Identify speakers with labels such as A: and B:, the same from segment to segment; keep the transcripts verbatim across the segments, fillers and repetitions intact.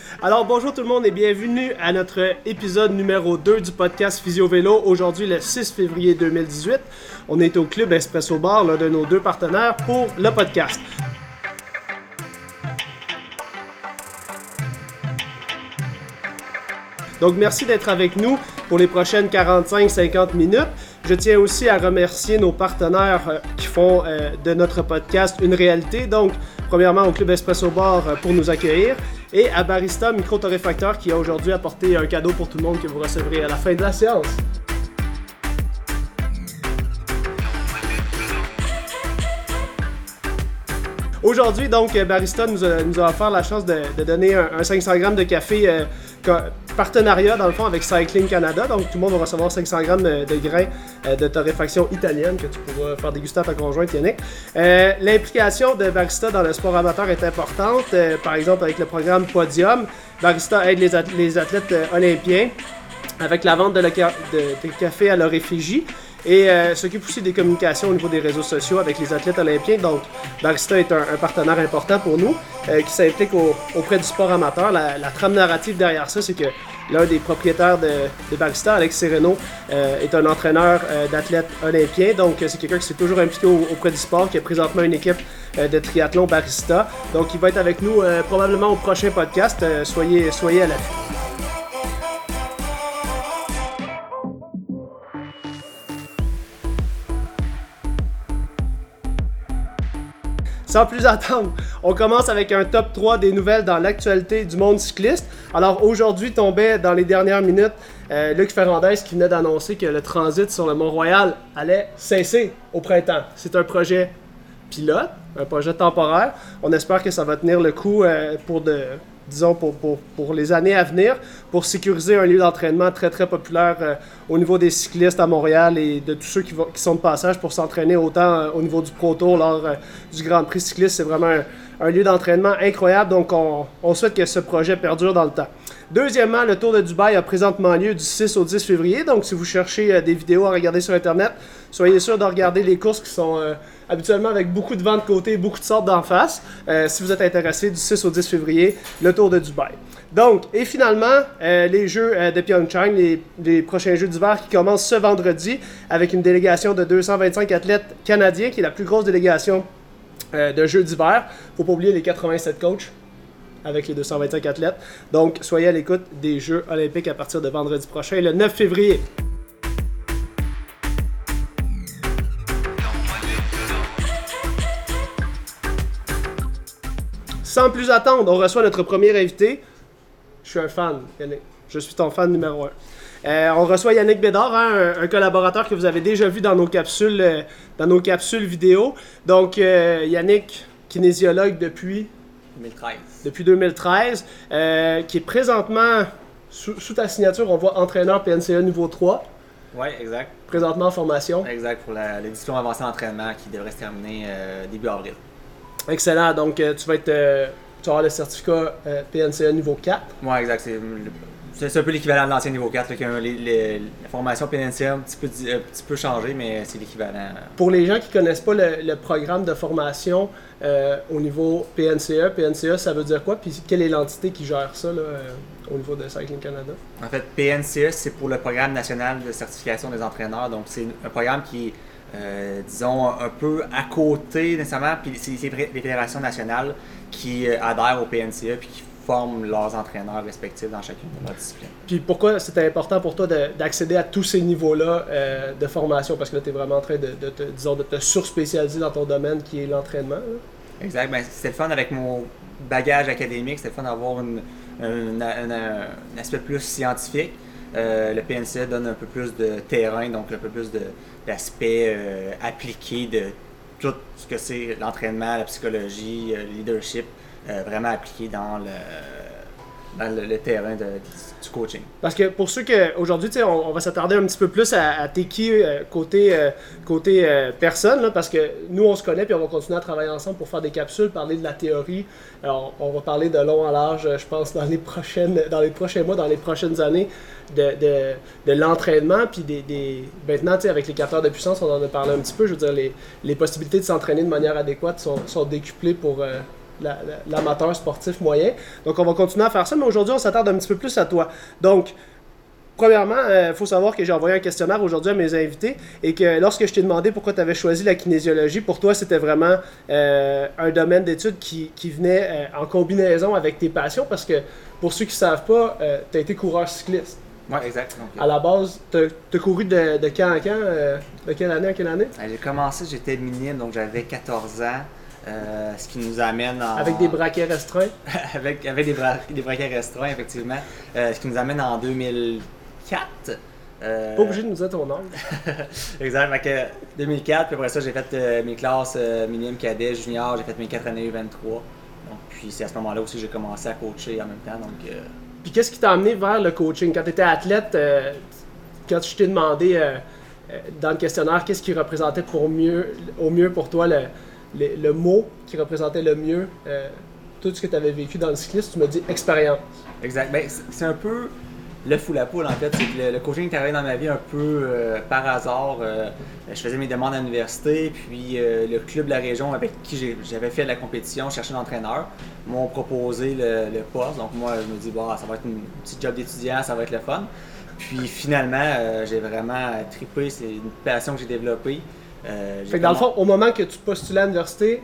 A: Alors bonjour tout le monde et bienvenue à notre épisode numéro deux du podcast Physio Vélo. Aujourd'hui le six février deux mille dix-huit. On est au Club Espresso Bar, l'un de nos deux partenaires pour le podcast. Donc merci d'être avec nous pour les prochaines quarante-cinq à cinquante minutes. Je tiens aussi à remercier nos partenaires euh, qui font euh, de notre podcast une réalité. Donc, premièrement au Club Espresso Bar euh, pour nous accueillir et à Barista Micro-Torréfacteur qui a aujourd'hui apporté un cadeau pour tout le monde que vous recevrez à la fin de la séance. Aujourd'hui, donc, Barista nous a, nous a offert la chance de, de donner un, un cinq cents grammes de café euh, partenariat, dans le fond, avec Cycling Canada. Donc, tout le monde va recevoir cinq cents grammes de, de grains euh, de torréfaction italienne que tu pourras faire déguster à ta conjointe, Yannick. Euh, l'implication de Barista dans le sport amateur est importante. Euh, par exemple, avec le programme Podium, Barista aide les, athlètes, les athlètes euh, olympiens avec la vente de, le, de, de café à leur effigie. Et euh, s'occupe aussi des communications au niveau des réseaux sociaux avec les athlètes olympiens. Donc, Barista est un, un partenaire important pour nous euh, qui s'implique au, auprès du sport amateur. La, la trame narrative derrière ça, c'est que l'un des propriétaires de, de Barista, Alex Sereno, euh, est un entraîneur euh, d'athlètes olympiens. Donc, c'est quelqu'un qui s'est toujours impliqué au, auprès du sport, qui a présentement une équipe euh, de triathlon Barista. Donc, il va être avec nous euh, probablement au prochain podcast. Euh, soyez, soyez à l'affût. Sans plus attendre, on commence avec un top trois des nouvelles dans l'actualité du monde cycliste. Alors aujourd'hui tombait dans les dernières minutes euh, Luc Ferrandez qui venait d'annoncer que le transit sur le Mont-Royal allait cesser au printemps. C'est un projet pilote, un projet temporaire. On espère que ça va tenir le coup euh, pour de... disons, pour, pour, pour les années à venir, pour sécuriser un lieu d'entraînement très, très populaire euh, au niveau des cyclistes à Montréal et de tous ceux qui, vont, qui sont de passage pour s'entraîner autant euh, au niveau du Pro Tour lors euh, du Grand Prix cycliste. C'est vraiment un, un lieu d'entraînement incroyable, donc on, on souhaite que ce projet perdure dans le temps. Deuxièmement, le Tour de Dubaï a présentement lieu du six au dix février, donc si vous cherchez euh, des vidéos à regarder sur Internet, soyez sûr de regarder les courses qui sont euh, habituellement avec beaucoup de vent de côté, beaucoup de sortes d'en face. Euh, si vous êtes intéressé, du six au dix février, le Tour de Dubaï. Donc, et finalement, euh, les Jeux euh, de Pyeongchang, les, les prochains Jeux d'hiver qui commencent ce vendredi avec une délégation de deux cent vingt-cinq athlètes canadiens, qui est la plus grosse délégation euh, de Jeux d'hiver. Faut pas oublier les quatre-vingt-sept coachs avec les deux cent vingt-cinq athlètes. Donc, soyez à l'écoute des Jeux olympiques à partir de vendredi prochain, le neuf février. Sans plus attendre, on reçoit notre premier invité. Je suis un fan, Yannick. Je suis ton fan numéro un. Euh, on reçoit Yannick Bédard, hein, un, un collaborateur que vous avez déjà vu dans nos capsules, euh, dans nos capsules vidéo. Donc, euh, Yannick, kinésiologue depuis
B: deux mille treize.
A: Depuis deux mille treize, euh, qui est présentement, sous, sous ta signature, on voit entraîneur P N C A niveau trois.
B: Oui, exact.
A: Présentement en formation.
B: Exact, pour la, le diplôme avancé d'entraînement qui devrait se terminer euh, début avril.
A: Excellent, donc euh, tu vas être, euh, tu vas avoir le certificat euh, P N C A niveau quatre.
B: Oui, exact. C'est, c'est un peu l'équivalent de l'ancien niveau quatre. Là, qui a les, les, la formation P N C A a un petit peu, un petit peu changé, mais c'est l'équivalent.
A: Pour les gens qui ne connaissent pas le, le programme de formation euh, au niveau P N C A, P N C A, ça veut dire quoi? Puis quelle est l'entité qui gère ça là, euh, au niveau de Cycling Canada?
B: En fait, P N C A, c'est pour le programme national de certification des entraîneurs. Donc, c'est un programme qui est, euh, disons, un peu à côté nécessairement. Puis c'est les fédérations nationales qui euh, adhèrent au P N C A puis qui forment leurs entraîneurs respectifs dans chacune de leurs disciplines.
A: Puis pourquoi c'était important pour toi de, d'accéder à tous ces niveaux-là euh, de formation? Parce que là, tu es vraiment en train de, de, te, disons, de te surspécialiser dans ton domaine qui est l'entraînement. Là.
B: Exact. Ben, c'était le fun avec mon bagage académique, c'était le fun d'avoir une, une, une, une, un aspect plus scientifique. Euh, le P N C A donne un peu plus de terrain, donc un peu plus de, d'aspect euh, appliqué de tout ce que c'est l'entraînement, la psychologie, le leadership, euh, vraiment appliqué dans le, dans le, le terrain de, du coaching.
A: Parce que pour ceux que aujourd'hui, on, on va s'attarder un petit peu plus à, à t'es qui euh, côté, euh, côté euh, personne, là, parce que nous on se connaît puis on va continuer à travailler ensemble pour faire des capsules, parler de la théorie. Alors on va parler de long en large, je pense, dans les prochaines, dans les prochains mois, dans les prochaines années, de, de, de l'entraînement, puis des, des maintenant, tu sais, avec les capteurs de puissance, on en a parlé un petit peu. Je veux dire, les, les possibilités de s'entraîner de manière adéquate sont, sont décuplées pour euh, la, la, l'amateur sportif moyen. Donc, on va continuer à faire ça, mais aujourd'hui, on s'attarde un petit peu plus à toi. Donc, premièrement, il euh, faut savoir que j'ai envoyé un questionnaire aujourd'hui à mes invités et que lorsque je t'ai demandé pourquoi tu avais choisi la kinésiologie, pour toi, c'était vraiment euh, un domaine d'études qui, qui venait euh, en combinaison avec tes passions parce que, pour ceux qui ne savent pas, euh, tu as été coureur cycliste.
B: Oui, exact. Donc,
A: à la base, tu as couru de, de quand à quand? Euh, de quelle année à quelle année?
B: J'ai commencé, j'étais minime, donc j'avais quatorze ans. Euh, ce qui nous amène en...
A: Avec des braquets restreints?
B: avec avec des, bra... des braquets restreints, effectivement. Euh, ce qui nous amène en deux mille quatre. Euh...
A: Pas obligé de nous dire ton âge.
B: Exact. Fait que deux mille quatre, puis après ça, j'ai fait euh, mes classes euh, minime, cadet, junior. J'ai fait mes quatre années U vingt-trois. Donc, puis c'est à ce moment-là aussi que j'ai commencé à coacher en même temps. Donc, euh...
A: Puis qu'est-ce qui t'a amené vers le coaching? Quand tu étais athlète, euh, quand je t'ai demandé euh, euh, dans le questionnaire qu'est-ce qui représentait pour mieux, au mieux pour toi le, le, le mot qui représentait le mieux euh, tout ce que tu avais vécu dans le cyclisme, tu m'as dit expérience.
B: Exact. Ben, c'est un peu le fou la poule en fait. C'est que le, le coaching est arrivé dans ma vie un peu euh, par hasard. Euh, je faisais mes demandes à l'université, puis euh, le club de la région avec qui j'avais fait de la compétition, cherchais un entraîneur, m'ont proposé le, le poste. Donc moi, je me dis, bah, ça va être une petite job d'étudiant, ça va être le fun. Puis finalement, euh, j'ai vraiment trippé. C'est une passion que j'ai développée. Euh,
A: fait que dans le fond, au moment que tu postulais à l'université,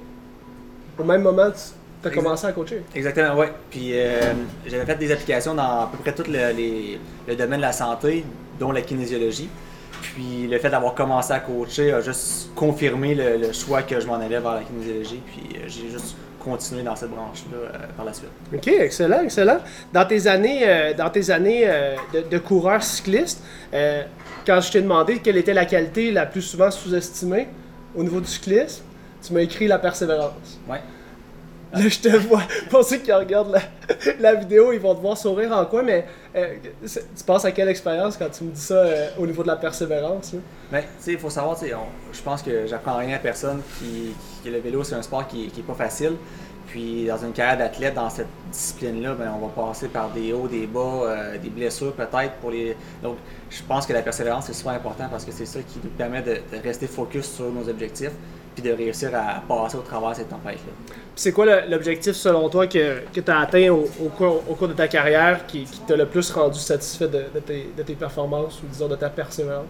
A: au même moment, tu as commencé à coacher.
B: Exactement, oui. Puis euh, j'avais fait des applications dans à peu près tout le, les, le domaine de la santé, dont la kinésiologie. Puis le fait d'avoir commencé à coacher a juste confirmé le, le choix que je m'en allais vers la kinésiologie. Puis euh, j'ai juste continué dans cette branche-là euh, par la suite.
A: OK, excellent, excellent. Dans tes années, euh, dans tes années euh, de, de coureur cycliste, euh, quand je t'ai demandé quelle était la qualité la plus souvent sous-estimée au niveau du cyclisme, tu m'as écrit la persévérance.
B: Oui.
A: Là, je te vois. Pour ceux qui regardent la, la vidéo, ils vont te voir sourire en quoi, mais euh, tu penses à quelle expérience quand tu me dis ça euh, au niveau de la persévérance?
B: Bien, tu sais, il faut savoir, tu sais, je pense que j'apprends rien à personne qui, qui, que le vélo, c'est un sport qui, qui est pas facile. Puis, dans une carrière d'athlète, dans cette discipline-là, ben, on va passer par des hauts, des bas, euh, des blessures peut-être pour les. Donc, je pense que la persévérance, c'est super important parce que c'est ça qui nous permet de, de rester focus sur nos objectifs puis de réussir à passer au travers de cette tempête-là.
A: C'est quoi le, l'objectif, selon toi, que, que tu as atteint au, au, cours, au cours de ta carrière qui, qui t'a le plus rendu satisfait de, de, tes, de tes performances ou, disons, de ta persévérance?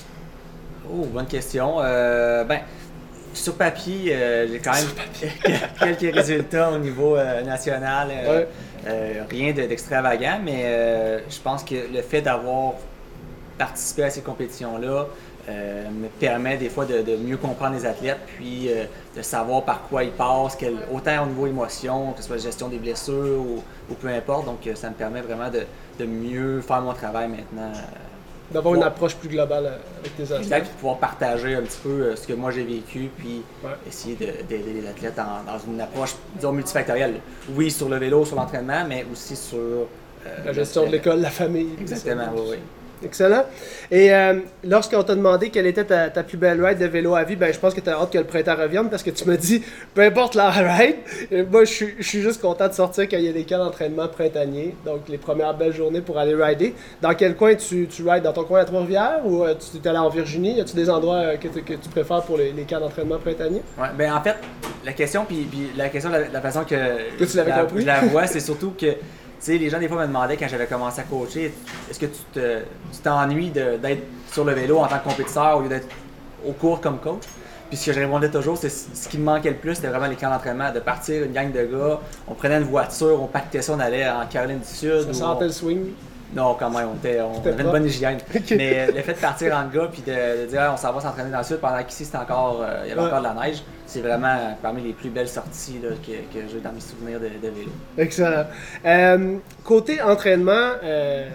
B: Oh, bonne question. Euh, ben, sur papier, euh, j'ai quand même quelques résultats au niveau euh, national. Euh,
A: ouais.
B: euh, rien de, d'extravagant, mais euh, je pense que le fait d'avoir participé à ces compétitions-là euh, me permet des fois de, de mieux comprendre les athlètes, puis euh, de savoir par quoi ils passent, quel, autant au niveau émotion, que ce soit la gestion des blessures ou, ou peu importe. Donc, ça me permet vraiment de, de mieux faire mon travail maintenant.
A: D'avoir une approche plus globale avec tes athlètes.
B: Exact, puis de pouvoir partager un petit peu ce que moi j'ai vécu, puis
A: ouais.
B: essayer de, d'aider les athlètes dans, dans une approche, disons, multifactorielle. Oui, sur le vélo, sur l'entraînement, mais aussi sur... Euh,
A: la gestion de l'école, la famille.
B: Exactement, oui, oui.
A: Excellent. Et euh, lorsqu'on t'a demandé quelle était ta, ta plus belle ride de vélo à vie, ben je pense que tu as hâte que le printemps revienne parce que tu me dis, peu importe la ride, et moi je suis, je suis juste content de sortir quand il y a des camps d'entraînement printaniers, donc les premières belles journées pour aller rider. Dans quel coin tu, tu rides? Dans ton coin à Trois-Rivières ou euh, tu es allé en Virginie? Y a-tu des endroits euh, que, que tu préfères pour les, les camps d'entraînement printaniers?
B: Ouais, ben en fait, la question, puis, puis la question de la, la façon que,
A: que tu l'avais
B: la,
A: compris?
B: je la vois, c'est surtout que tu sais, les gens, des fois, me demandaient quand j'avais commencé à coacher, est-ce que tu, te, tu t'ennuies de, d'être sur le vélo en tant que compétiteur au lieu d'être au cours comme coach? Puis ce que je répondais toujours, c'est ce qui me manquait le plus, c'était vraiment les camps d'entraînement, de partir une gang de gars, on prenait une voiture, on pactait ça, on allait en Caroline du Sud.
A: Ça sentait
B: on...
A: le swing?
B: Non, quand même, on, était, on avait une bonne hygiène. Okay. Mais le fait de partir en gars puis de, de dire ah, on s'en va s'entraîner dans le sud pendant qu'ici c'était encore, euh, il y avait ouais. encore de la neige, c'est vraiment parmi les plus belles sorties là, que, que j'ai dans mes souvenirs de, de vélo.
A: Excellent. Euh, côté entraînement, euh,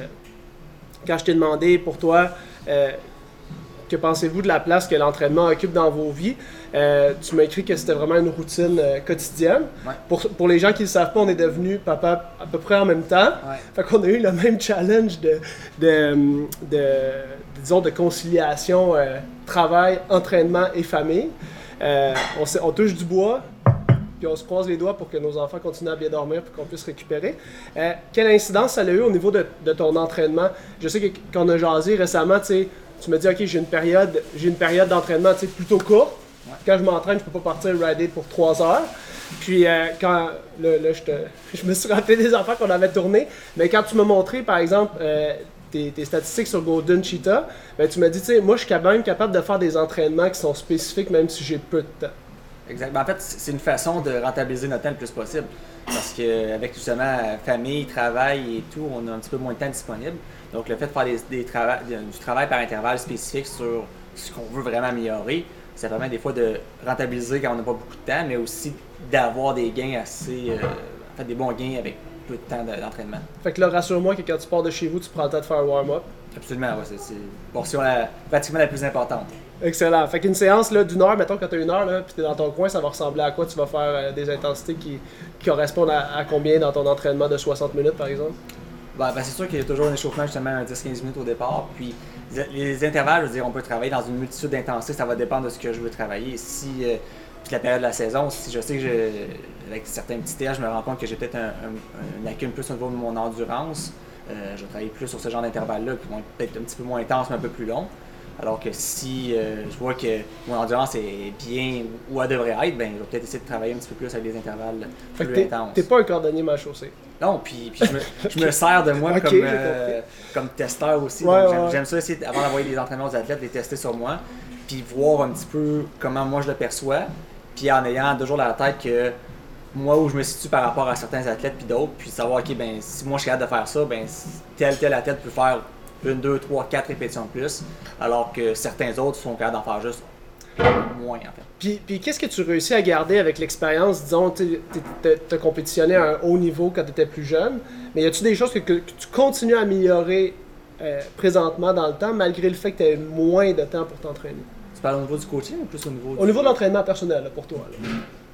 A: quand je t'ai demandé pour toi, euh, que pensez-vous de la place que l'entraînement occupe dans vos vies? Euh, tu m'as écrit que c'était vraiment une routine euh, quotidienne.
B: Ouais.
A: Pour, pour les gens qui ne le savent pas, on est devenus papa à peu près en même temps.
B: Ouais.
A: Fait qu'on a eu le même challenge de, de, de, de disons, de conciliation euh, travail, entraînement et famille. Euh, on, on touche du bois, puis on se croise les doigts pour que nos enfants continuent à bien dormir et qu'on puisse récupérer. Euh, quelle incidence ça a eu au niveau de, de ton entraînement? Je sais que qu'on a jasé récemment, tu sais, tu me dis, OK, j'ai une période, j'ai une période d'entraînement plutôt courte.
B: Ouais.
A: Quand je m'entraîne, je peux pas partir rider pour trois heures. Puis euh, quand là, là je, te, je me suis rappelé des affaires qu'on avait tournées, mais quand tu m'as montré, par exemple, euh, tes, tes statistiques sur Golden Cheetah, ben, tu m'as dit, tu sais, moi je suis quand même capable de faire des entraînements qui sont spécifiques même si j'ai peu de temps.
B: Exact. Ben, en fait, c'est une façon de rentabiliser notre temps le plus possible. Parce qu'avec justement famille, travail et tout, on a un petit peu moins de temps disponible. Donc le fait de faire des, des trava du travail par intervalle spécifique sur ce qu'on veut vraiment améliorer, ça permet des fois de rentabiliser quand on n'a pas beaucoup de temps, mais aussi d'avoir des gains assez. Euh, en fait, des bons gains avec peu de temps d'entraînement.
A: Fait que là, rassure-moi que quand tu pars de chez vous, tu prends le temps de faire un warm-up.
B: Absolument, ouais, c'est une portion la, pratiquement la plus importante.
A: Excellent. Fait qu'une séance d'une heure, mettons quand tu as une heure, là, puis tu es dans ton coin, ça va ressembler à quoi? Tu vas faire euh, des intensités qui, qui correspondent à, à combien dans ton entraînement de soixante minutes, par exemple?
B: Ben, ben c'est sûr qu'il y a toujours un échauffement, justement, un dix à quinze minutes au départ. Puis les intervalles, je veux dire, on peut travailler dans une multitude d'intensités, ça va dépendre de ce que je veux travailler. Si, euh, puis la période de la saison, si je sais que je, avec certains petits tests, je me rends compte que j'ai peut-être un, un, une lacune plus au niveau de mon endurance, euh, je vais travailler plus sur ce genre d'intervalles-là, qui vont être peut-être un petit peu moins intenses, mais un peu plus longs. Alors que si euh, je vois que mon endurance est bien où elle devrait être, ben, je vais peut-être essayer de travailler un petit peu plus avec des intervalles
A: fait
B: plus
A: que
B: intenses.
A: T'es pas un cordonnier mal chaussé.
B: Non, puis, puis je, me, je me sers de moi
A: okay,
B: comme, euh, comme testeur aussi.
A: Ouais,
B: donc
A: ouais,
B: j'aime
A: ouais.
B: ça essayer, avant d'envoyer des entraînements aux athlètes, les tester sur moi, puis voir un petit peu comment moi je le perçois, puis en ayant toujours dans la tête que moi où je me situe par rapport à certains athlètes puis d'autres, puis savoir, ok, ben si moi je suis capable de faire ça, ben tel tel athlète peut faire une, deux, trois, quatre répétitions de plus, alors que certains autres sont capables d'en faire juste moins, en fait.
A: Puis, puis qu'est-ce que tu réussis à garder avec l'expérience? Disons, tu as compétitionné à un haut niveau quand tu étais plus jeune, mais y a-tu des choses que, que, que tu continues à améliorer euh, présentement dans le temps, malgré le fait que tu aies moins de temps pour t'entraîner?
B: Tu parles au niveau du coaching ou plus au niveau du...
A: Au niveau de l'entraînement personnel, là, pour toi. Là.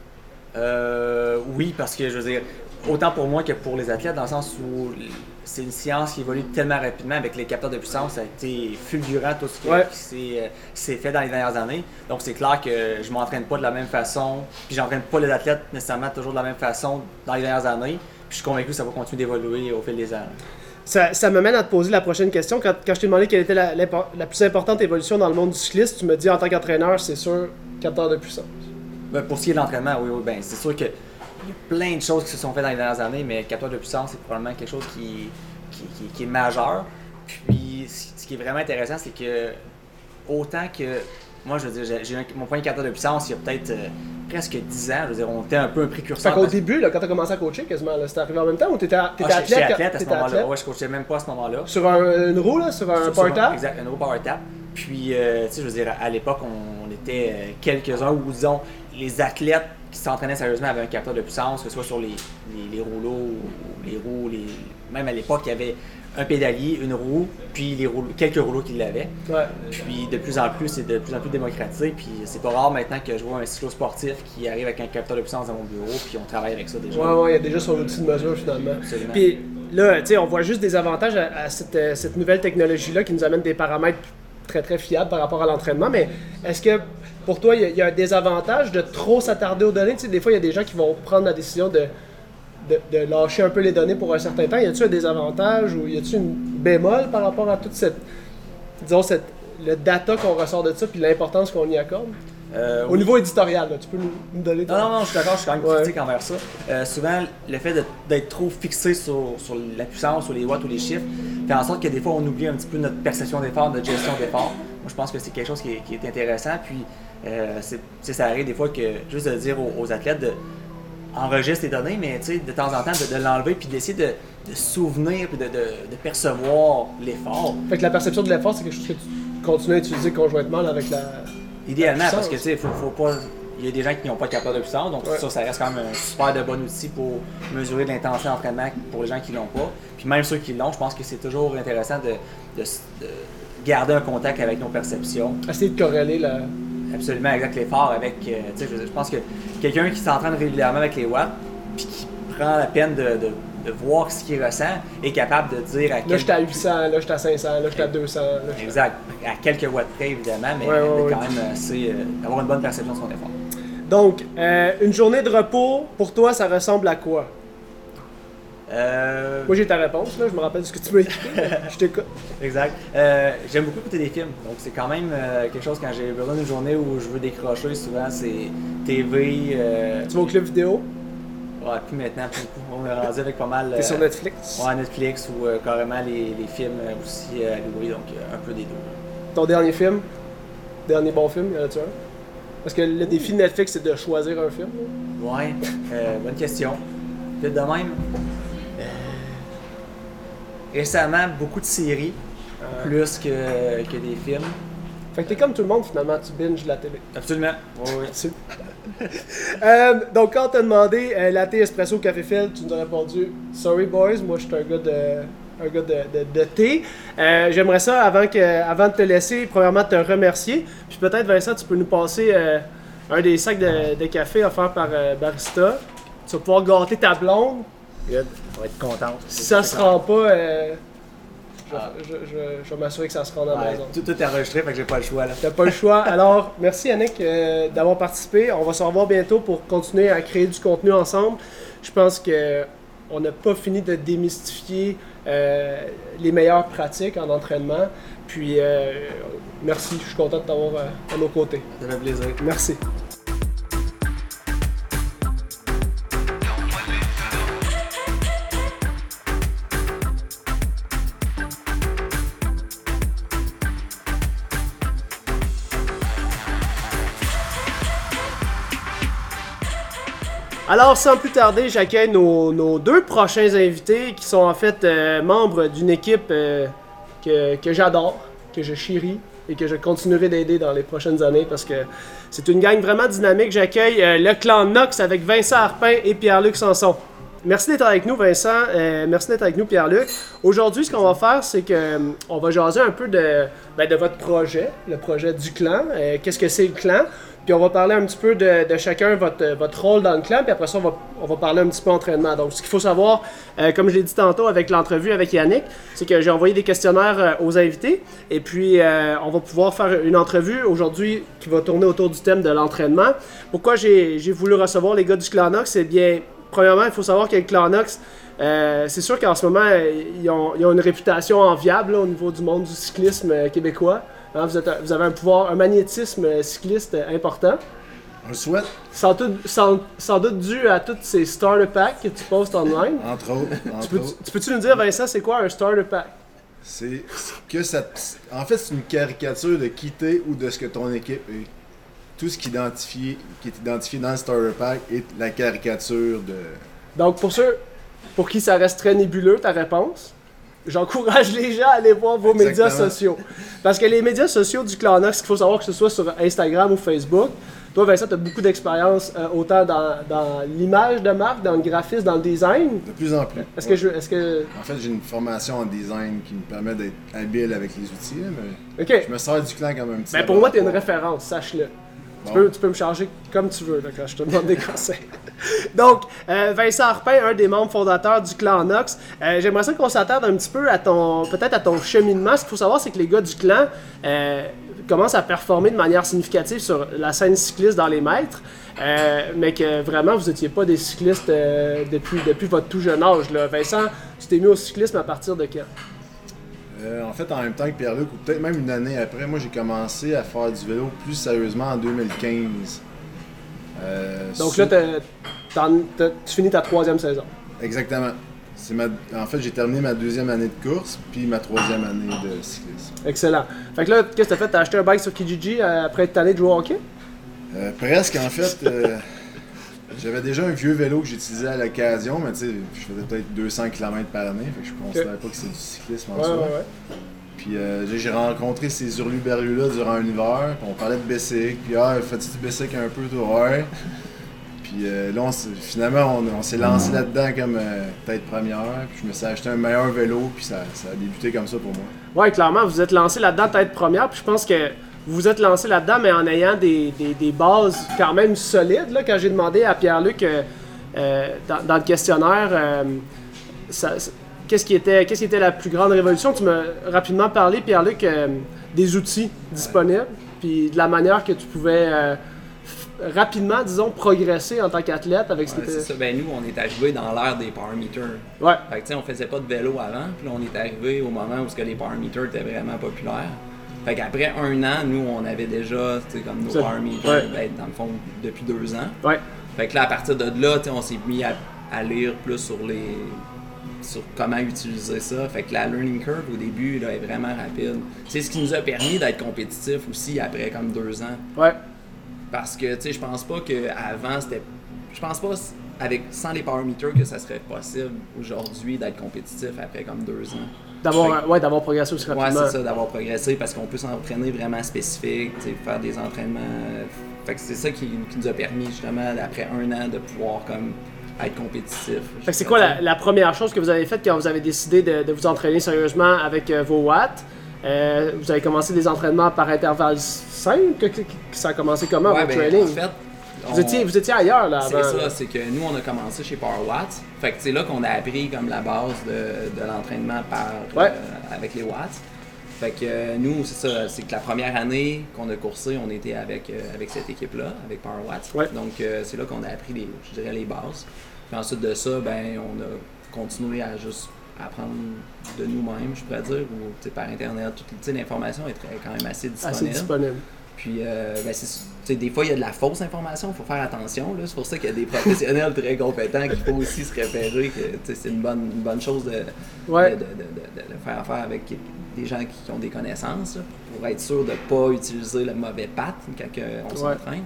B: Euh, oui, parce que je veux dire, autant pour moi que pour les athlètes, dans le sens où c'est une science qui évolue tellement rapidement avec les capteurs de puissance, ça a été fulgurant tout ce qui,
A: ouais.
B: qui s'est fait dans les dernières années. Donc c'est clair que je m'entraîne pas de la même façon, puis j'entraîne pas les athlètes nécessairement toujours de la même façon dans les dernières années, puis je suis convaincu que ça va continuer d'évoluer au fil des ans.
A: Ça, ça me mène à te poser la prochaine question. Quand, quand je t'ai demandé quelle était la, la, la plus importante évolution dans le monde du cyclisme, tu me dis en tant qu'entraîneur, c'est sûr, capteur de puissance.
B: Ben, pour ce qui est de l'entraînement, oui, oui, ben c'est sûr que il y a plein de choses qui se sont faites dans les dernières années, mais capteur de puissance, c'est probablement quelque chose qui, qui, qui, qui est majeur. Puis, ce qui est vraiment intéressant, c'est que autant que moi, je veux dire, j'ai un, mon premier capteur de puissance il y a peut-être euh, presque dix ans. Je veux dire, on était un peu un précurseur.
A: Fait qu'au début, là, quand tu as commencé à coacher, quasiment, c'était arrivé en même temps ou tu étais,
B: ah,
A: athlète?
B: J'étais athlète à ce moment-là.
A: Athlète?
B: Ouais, je coachais même pas à ce moment-là.
A: Sur un, une roue, là, sur un
B: sur,
A: power
B: sur
A: tap?
B: Un, exact, un roue power tap. Puis, euh, tu sais, je veux dire, à l'époque, on, on était euh, quelques-uns, ou disons, les athlètes qui s'entraînaient sérieusement avaient un capteur de puissance, que ce soit sur les, les, les rouleaux, ou les roues, les... même à l'époque, il y avait un pédalier, une roue, puis les rouleaux, quelques rouleaux qui l'avaient.
A: Ouais.
B: Puis de plus en plus, c'est de plus en plus démocratisé. Puis c'est pas rare maintenant que je vois un cyclo-sportif qui arrive avec un capteur de puissance dans mon bureau, puis on travaille avec ça déjà.
A: Ouais, ouais, il y a déjà son outil de mesure finalement.
B: Absolument.
A: Puis là, tu sais, on voit juste des avantages à, à cette, cette nouvelle technologie-là qui nous amène des paramètres très très fiables par rapport à l'entraînement. Mais est-ce que pour toi, il y, a, il y a un désavantage de trop s'attarder aux données? Tu sais, des fois, il y a des gens qui vont prendre la décision de. De, de lâcher un peu les données pour un certain temps. Y a-t-il un désavantage ou y a-t-il une bémol par rapport à toute cette, disons, cette, le data qu'on ressort de ça puis l'importance qu'on y accorde?
B: Euh,
A: Au
B: oui.
A: niveau éditorial, là, tu peux nous, nous donner ton...
B: Non, non, non, je suis d'accord, je suis quand même
A: ouais.
B: critique envers ça. Euh, souvent, le fait d'être trop fixé sur, sur la puissance, sur les watts ou les chiffres, fait en sorte que des fois, on oublie un petit peu notre perception d'effort, notre gestion d'effort. Moi, je pense que c'est quelque chose qui est, qui est intéressant. Puis, euh, c'est, ça arrive des fois que, juste de dire aux, aux athlètes de enregistre les données, mais de temps en temps, de, de l'enlever puis d'essayer de, de se souvenir puis de, de, de percevoir l'effort.
A: Fait que la perception de l'effort, c'est quelque chose que tu continues à utiliser conjointement là, avec la.
B: Idéalement,
A: la
B: parce que tu sais, faut, faut pas. Il y a des gens qui n'ont pas de capteur de puissance, donc
A: ouais.
B: ça, ça reste quand même un super de bon outil pour mesurer l'intensité d'entraînement pour les gens qui l'ont pas. Puis même ceux qui l'ont, je pense que c'est toujours intéressant de, de, de garder un contact avec nos perceptions.
A: Essayer de corréler la.
B: Absolument, exact, l'effort avec, euh, tu sais, je, je pense que quelqu'un qui s'entraîne régulièrement avec les watts, puis qui prend la peine de, de, de voir ce qu'il ressent, est capable de dire à quel...
A: Là, j'étais à huit cents, là, j'étais à cinq cents, là, j'étais à deux cents. Là,
B: exact, à quelques watts près, évidemment, mais
A: ouais, ouais,
B: quand
A: ouais.
B: même, c'est euh, avoir une bonne perception de son effort.
A: Donc, euh, une journée de repos, pour toi, ça ressemble à quoi?
B: Euh...
A: Moi j'ai ta réponse, là, je me rappelle de ce que tu m'as écrit. Je t'écoute.
B: Exact. Euh, j'aime beaucoup écouter des films, donc c'est quand même euh, quelque chose quand j'ai besoin d'une journée où je veux décrocher, souvent c'est T V. Euh...
A: Tu vas au club vidéo?
B: Ouais, plus maintenant, plus beaucoup. On est rendu avec pas mal.
A: T'es
B: euh,
A: sur Netflix?
B: Ouais, Netflix ou euh, carrément les, les films euh, aussi euh, à louer, donc euh, un peu des deux.
A: Ton dernier film? Dernier bon film, y en a-tu un? Parce que le défi de Netflix, c'est de choisir un film.
B: Ouais, euh, bonne question. Peut-être de même. Euh, récemment, beaucoup de séries,
A: Euh,
B: plus que, que des films.
A: Fait que t'es comme tout le monde finalement, tu binges la télé.
B: Absolument. Oui, oui.
A: Tu- Euh, donc quand on t'a demandé euh, latte espresso ou café filtre, tu nous as répondu sorry boys, moi je suis un gars de un gars de, de, de thé. Euh, J'aimerais ça avant que avant de te laisser, premièrement te remercier. Puis peut-être Vincent, tu peux nous passer euh, un des sacs de, de café offerts par euh, Barista. Tu vas pouvoir gâter ta blonde.
B: Good. On va être contente.
A: Si ça se rend pas, euh, je, je, je, je vais m'assurer que ça se rend à la
B: Ouais,
A: maison.
B: tout, tout est enregistré, fait que j'ai pas le choix là.
A: T'as pas le choix. Alors, merci Yannick euh, d'avoir participé. On va se revoir bientôt pour continuer à créer du contenu ensemble. Je pense que on n'a pas fini de démystifier euh, les meilleures pratiques en entraînement. Puis, euh, merci. Je suis content de t'avoir euh, à nos côtés.
B: Ça fait plaisir.
A: Merci. Alors, sans plus tarder, j'accueille nos, nos deux prochains invités qui sont en fait euh, membres d'une équipe euh, que, que j'adore, que je chéris et que je continuerai d'aider dans les prochaines années parce que c'est une gang vraiment dynamique. J'accueille euh, le clan Nox avec Vincent Harpin et Pierre-Luc Sanson. Merci d'être avec nous, Vincent. Euh, merci d'être avec nous, Pierre-Luc. Aujourd'hui, ce qu'on va faire, c'est que euh, on va jaser un peu de, ben, de votre projet, le projet du clan. Euh, Qu'est-ce que c'est le clan? Puis on va parler un petit peu de, de chacun votre, votre rôle dans le clan, puis après ça, on va, on va parler un petit peu entraînement. Donc, ce qu'il faut savoir, euh, comme je l'ai dit tantôt avec l'entrevue avec Yannick, c'est que j'ai envoyé des questionnaires euh, aux invités, et puis euh, on va pouvoir faire une entrevue aujourd'hui qui va tourner autour du thème de l'entraînement. Pourquoi j'ai j'ai voulu recevoir les gars du clan Nox? C'est bien, premièrement, il faut savoir que le clan Nox, euh, c'est sûr qu'en ce moment, ils ont, ils ont une réputation enviable là, au niveau du monde du cyclisme euh, québécois. Hein, vous, êtes, vous avez un pouvoir, un magnétisme cycliste important.
C: On le souhaite.
A: Sans, tout, sans, sans doute dû à tous ces starter packs que tu postes online.
C: Entre autres. Entre
A: Tu peux,
C: autres.
A: tu peux-tu nous dire, Vincent, c'est quoi un starter pack?
C: C'est que ça. En fait, c'est une caricature de qui t'es ou de ce que ton équipe est. Tout ce qui est identifié, qui est identifié dans le starter pack est la caricature de.
A: Donc, pour ceux pour qui ça reste très nébuleux, ta réponse, j'encourage les gens à aller voir vos
C: Exactement.
A: médias sociaux. Parce que les médias sociaux du Clan Nox, il faut savoir que ce soit sur Instagram ou Facebook. Toi, Vincent, tu as beaucoup d'expérience euh, autant dans, dans l'image de marque, dans le graphisme, dans le design.
C: De plus en plus.
A: Est-ce que je. Est-ce que.
C: En fait, j'ai une formation en design qui me permet d'être habile avec les outils, là, mais
A: Ok.
C: je me sers du clan comme un petit.
A: Ben pour moi, tu es une
C: laboratoire.
A: référence, sache-le. Tu,
C: Bon.
A: peux, tu peux me charger comme tu veux là, quand je te demande des conseils. Donc, euh, Vincent Harpin, un des membres fondateurs du clan Nox. Euh, J'aimerais ça qu'on s'attarde un petit peu à ton, peut-être à ton cheminement. Ce qu'il faut savoir, c'est que les gars du clan euh, commencent à performer de manière significative sur la scène cycliste dans les maîtres. Euh, mais que vraiment, vous n'étiez pas des cyclistes euh, depuis, depuis votre tout jeune âge. Là. Vincent, tu t'es mis au cyclisme à partir de quand?
C: Euh, en fait, en même temps que Pierre-Luc, ou peut-être même une année après, moi j'ai commencé à faire du vélo plus sérieusement en deux mille quinze. Euh,
A: Donc
C: sur-
A: là, t'as- t'en- t'as- tu finis ta troisième saison.
C: Exactement. C'est ma... En fait, j'ai terminé ma deuxième année de course, puis ma troisième année de cyclisme.
A: Excellent. Fait que là, qu'est-ce que t'as fait? T'as acheté un bike sur Kijiji euh, après être allé de jouer au hockey?
C: Euh, presque, en fait. euh, J'avais déjà un vieux vélo que j'utilisais à l'occasion, mais tu sais, je faisais peut-être deux cents kilomètres par année, fait que je considère pas que c'est du cyclisme en
A: Ouais,
C: soi.
A: ouais, ouais.
C: Puis euh, j'ai- j'ai rencontré ces hurluberlus-là durant un hiver, puis on parlait de bicycle, puis ah, fais-tu du bicycle un peu, toi? Ouais. Puis euh, là, on s'est- finalement, on, on s'est lancé là-dedans comme euh, tête première, puis je me suis acheté un meilleur vélo, puis ça, ça a débuté comme ça pour moi.
A: Ouais, clairement, vous êtes lancé là-dedans tête première, puis je pense que vous vous êtes lancé là-dedans, mais en ayant des, des, des bases quand même solides. Là, quand j'ai demandé à Pierre-Luc euh, euh, dans, dans le questionnaire, euh, ça- ça- qu'est-ce qui était, qu'est-ce qui était la plus grande révolution, tu m'as rapidement parlé, Pierre-Luc, euh, des outils disponibles, puis de la manière que tu pouvais euh, f- rapidement, disons, progresser en tant qu'athlète avec ce
D: Ouais,
A: que
D: c'est ça. Ben, nous, on est arrivé dans l'ère des power meters.
A: Ouais.
D: Fait que, tu sais, on faisait pas de vélo avant, puis là, on est arrivé au moment où ce que les power meters étaient vraiment populaires. Fait qu'après un an, nous, on avait déjà, tu sais, comme nos
A: Ça-
D: power meters,
A: ouais.
D: ben, dans le fond, depuis deux ans.
A: Ouais.
D: Fait que là, à partir de là, tu sais, on s'est mis à, à lire plus sur les sur comment utiliser ça. Fait que la learning curve au début là, est vraiment rapide. C'est ce qui nous a permis d'être compétitifs aussi après comme deux ans.
A: Ouais.
D: Parce que tu sais, je pense pas qu'avant c'était. Je pense pas avec sans les power meters que ça serait possible aujourd'hui d'être compétitif après comme deux ans.
A: D'avoir,
D: Fait-
A: ouais, d'avoir progressé aussi
D: Ouais,
A: rapidement.
D: c'est ça, d'avoir progressé parce qu'on peut s'entraîner vraiment spécifique, tu sais, faire des entraînements. euh, Fait que c'est ça qui, qui nous a permis justement, après un an, de pouvoir comme être compétitif.
A: Fait que c'est quoi la, la première chose que vous avez faite quand vous avez décidé de, de vous entraîner sérieusement avec euh, vos watts? Euh, vous avez commencé des entraînements par intervalles simples? Que, que- que- ça a commencé comment,
D: Ouais,
A: votre
D: ben,
A: training?
D: en fait,
A: vous,
D: on-
A: étiez, vous étiez ailleurs, là,
D: C'est
A: avant.
D: ça, c'est que nous, on a commencé chez Power Watts. Fait que c'est là qu'on a appris comme la base de, de l'entraînement par
A: Ouais.
D: euh, avec les watts. Fait que euh, nous, c'est ça, c'est que la première année qu'on a coursé, on était avec, euh, avec cette équipe-là, avec Power Watts.
A: Ouais.
D: Donc euh, c'est là qu'on a appris les, je dirais, les bases. Puis ensuite de ça, ben on a continué à juste apprendre de nous-mêmes, je pourrais dire, ou tu sais, par internet. Toute tu sais, l'information est très, quand même assez disponible.
A: Assez disponible.
D: Puis, euh, ben, c'est, tu sais, des fois, il y a de la fausse information, il faut faire attention. Là. C'est pour ça qu'il y a des professionnels très compétents qu'il faut aussi se repérer que tu sais, c'est une bonne, une bonne chose de,
A: Ouais.
D: de, de, de, de- de faire affaire avec des gens qui ont des connaissances là, pour être sûr de ne pas utiliser le mauvais pat quand que on
A: Ouais.
D: s'entraîne.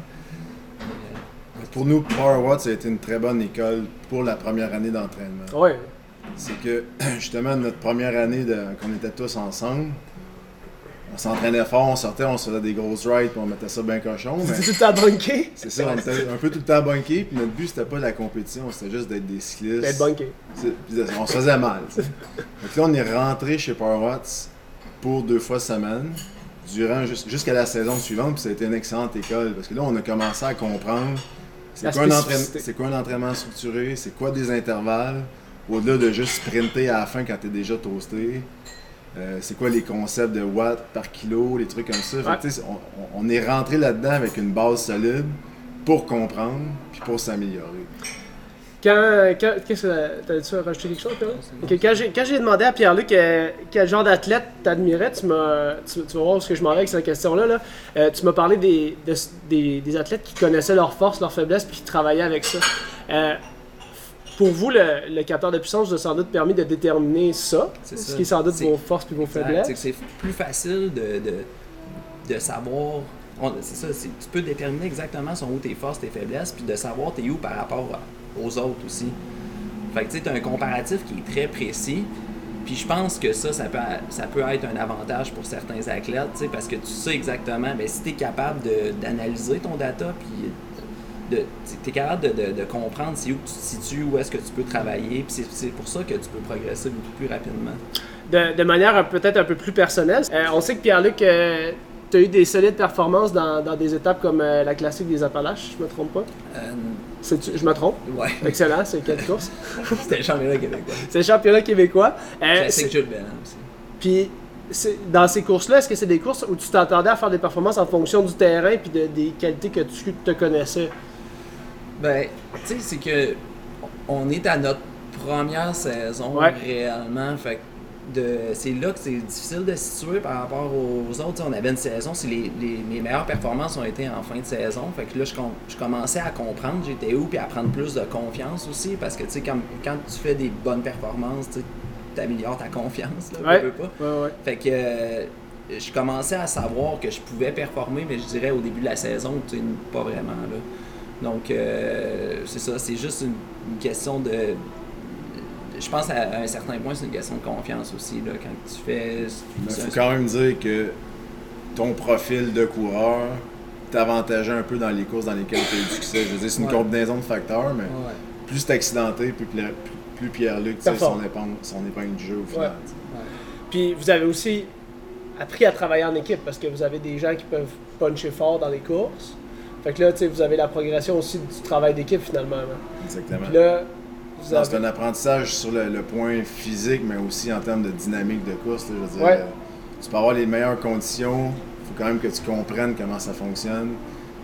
C: Pour nous, Power Watts, ça a été une très bonne école pour la première année d'entraînement.
A: Ouais.
C: C'est que, justement, notre première année de, qu'on était tous ensemble, on s'entraînait fort, on sortait, on se faisait des grosses rides, puis on mettait ça bien cochon.
A: Vous
C: Mais
A: étiez tout le temps bunké?
C: c'est ça, on était un peu tout le temps bunké, puis notre but, c'était pas la compétition, c'était juste d'être des cyclistes.
A: D'être bunké.
C: C'est- puis on se faisait mal. tu sais. Donc là, on est rentré chez Power Watts pour deux fois semaine, durant jus- jusqu'à la saison suivante, puis ça a été une excellente école, parce que là, on a commencé à comprendre c'est
A: La
C: quoi, un
A: spécificité.
C: entraîne- c'est quoi un entraînement structuré, c'est quoi des intervalles, au-delà de juste sprinter à la fin quand t'es déjà toasté. Euh, c'est quoi les concepts de watts par kilo, les trucs comme ça. Fait que,
A: Ouais.
C: tu sais, on, on est rentré là-dedans avec une base solide pour comprendre puis pour s'améliorer.
A: Quand, quand, qu'est-ce que t'as-tu rajouté quelque chose, Pierre? Ok, quand j'ai, quand j'ai demandé à Pierre-Luc euh, quel genre d'athlète t'admirais, tu m'as, tu, tu vas voir ce que je m'en vais avec cette question-là. Là. Euh, tu m'as parlé des, de- des, des athlètes qui connaissaient leurs forces, leurs faiblesses, puis qui travaillaient avec ça. Euh, pour vous, le, le capteur de puissance vous a sans doute permis de déterminer ça,
D: C'est
A: ce
D: ça.
A: qui est sans doute
D: C'est-
A: vos forces puis vos
D: Exact.
A: faiblesses.
D: C'est que c'est plus facile de, de, de savoir. on- c'est ça, c'est- tu peux déterminer exactement sont où tes forces, tes faiblesses, puis de savoir t'es où par rapport à- aux autres aussi. Fait que tu sais, t'as un comparatif qui est très précis. Puis je pense que ça, ça peut, ça peut être un avantage pour certains athlètes, tu sais, parce que tu sais exactement, ben, si tu es capable de- d'analyser ton data, puis de, tu es capable de, de, de comprendre c'est où que tu te situes, où est-ce que tu peux travailler, puis c'est, c'est pour ça que tu peux progresser beaucoup plus rapidement.
A: De, de manière un- peut-être un peu plus personnelle, euh, on sait que Pierre-Luc, euh, tu as eu des solides performances dans, dans des étapes comme euh, la classique des Appalaches, je me trompe pas.
D: Euh,
A: C'est, je me trompe.
D: ouais,
A: Excellent, c'est quelle course?
D: c'était le championnat québécois.
A: C'est le championnat québécois. Euh,
D: Classique
A: c'est-
D: Jules Belland aussi.
A: Puis, c'est- dans ces courses-là, est-ce que c'est des courses où tu t'attendais à faire des performances en fonction du terrain puis de- des qualités que tu te connaissais?
D: Ben, tu sais, c'est que on est à notre première saison
A: Ouais.
D: réellement, fait que de, c'est là que c'est difficile de se situer par rapport aux autres. Tu sais, on avait une saison, c'est les, les, mes meilleures performances ont été en fin de saison, fait que là je, com- je commençais à comprendre j'étais où puis à prendre plus de confiance aussi parce que tu sais quand, quand tu fais des bonnes performances, tu améliores ta confiance là,
A: Ouais.
D: veux, veux pas.
A: Ouais, ouais.
D: Fait que euh, je commençais à savoir que je pouvais performer, mais je dirais au début de la saison, tu sais, pas vraiment là. Donc euh, c'est ça, c'est juste une, une question de. Je pense à, à un certain point, c'est une question de confiance aussi là, quand tu fais.
C: Il
D: c'est
C: faut
D: un-
C: quand même dire que ton profil de coureur t'avantageait un peu dans les courses dans lesquelles tu as eu du succès. Je veux dire, c'est une
D: Ouais.
C: combinaison de facteurs, mais
D: Ouais.
C: plus t'es accidenté, plus, plus, plus Pierre-Luc tire
A: Performe.
C: son épingle, son épingle du jeu au final.
A: Ouais. Puis, vous avez aussi appris à travailler en équipe parce que vous avez des gens qui peuvent puncher fort dans les courses. Fait que là, tu sais, vous avez la progression aussi du travail d'équipe finalement. là.
C: Exactement.
A: Puis là, vous
C: Non,
A: avez...
C: c'est un apprentissage sur le, le point physique, mais aussi en termes de dynamique de course. là, je veux dire,
A: Ouais.
C: euh, tu peux avoir les meilleures conditions, il faut quand même que tu comprennes comment ça fonctionne. Il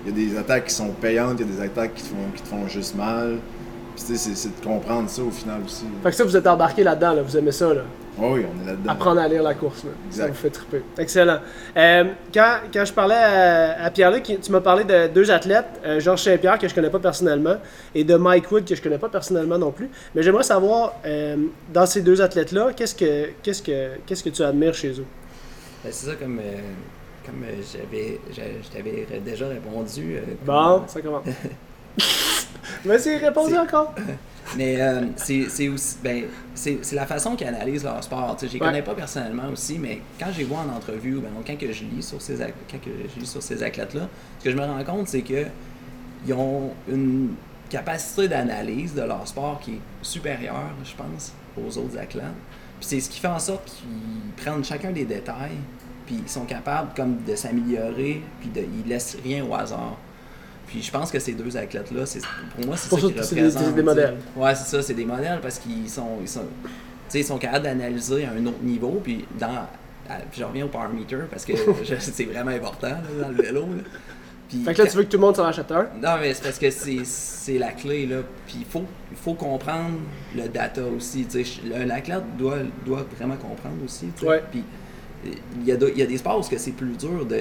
C: il y a des attaques qui sont payantes, il y a des attaques qui te font, qui te font juste mal. Puis tu sais, c'est, c'est de comprendre ça au final aussi.
A: Fait que ça, vous êtes embarqué là-dedans, là. Vous aimez ça, là.
C: Oh oui, on est là-dedans.
A: Apprendre à lire la course, là.
C: Exact.
A: Ça vous fait triper. Excellent. Euh, quand, quand je parlais à, à Pierre-Luc, tu m'as parlé de deux athlètes, euh, Georges Saint-Pierre, que je connais pas personnellement, et de Mike Wood, que je connais pas personnellement non plus. Mais j'aimerais savoir, euh, dans ces deux athlètes-là, qu'est-ce que, qu'est-ce que, qu'est-ce que tu admires chez eux?
D: Ben, c'est ça, comme, euh, comme euh, j'avais, j'a- je t'avais déjà répondu. euh,
A: Bon,
D: comme-
A: ça commence. Vas-y, réponds-y
D: C'est-
A: encore.
D: Mais euh, c'est, c'est aussi ben, c'est, c'est la façon qu'ils analysent leur sport. Tu sais, je les
A: Ouais.
D: connais pas personnellement aussi, mais quand je les vois en entrevue, ben, donc, quand que je lis sur ces, ac- quand que je lis sur ces athlètes-là, ce que je me rends compte, c'est que ils ont une capacité d'analyse de leur sport qui est supérieure, je pense, aux autres athlètes. Puis c'est ce qui fait en sorte qu'ils prennent chacun des détails, puis ils sont capables comme de s'améliorer, puis de, ils laissent rien au hasard. Puis je pense que ces deux athlètes-là, c'est, pour moi, c'est
A: Pour
D: ça
A: ça,
D: qui
A: c'est des-
D: représente.
A: c'est des modèles.
D: t'sais. Ouais, c'est ça, c'est des modèles parce qu'ils sont, ils sont, tu sais, ils sont capables d'analyser à un autre niveau. Puis dans, à- puis je reviens au power meter parce que je- c'est vraiment important là, dans le vélo. Là. Puis
A: Fait que là, tu veux que tout le monde s'en achète un?
D: non, mais c'est parce que c'est, c'est la clé, là. Puis il faut, il faut comprendre le data aussi, tu sais. Un athlète doit, doit vraiment comprendre aussi, tu sais.
A: Ouais.
D: Puis il y a, de- il y a des sports où c'est plus dur de, de,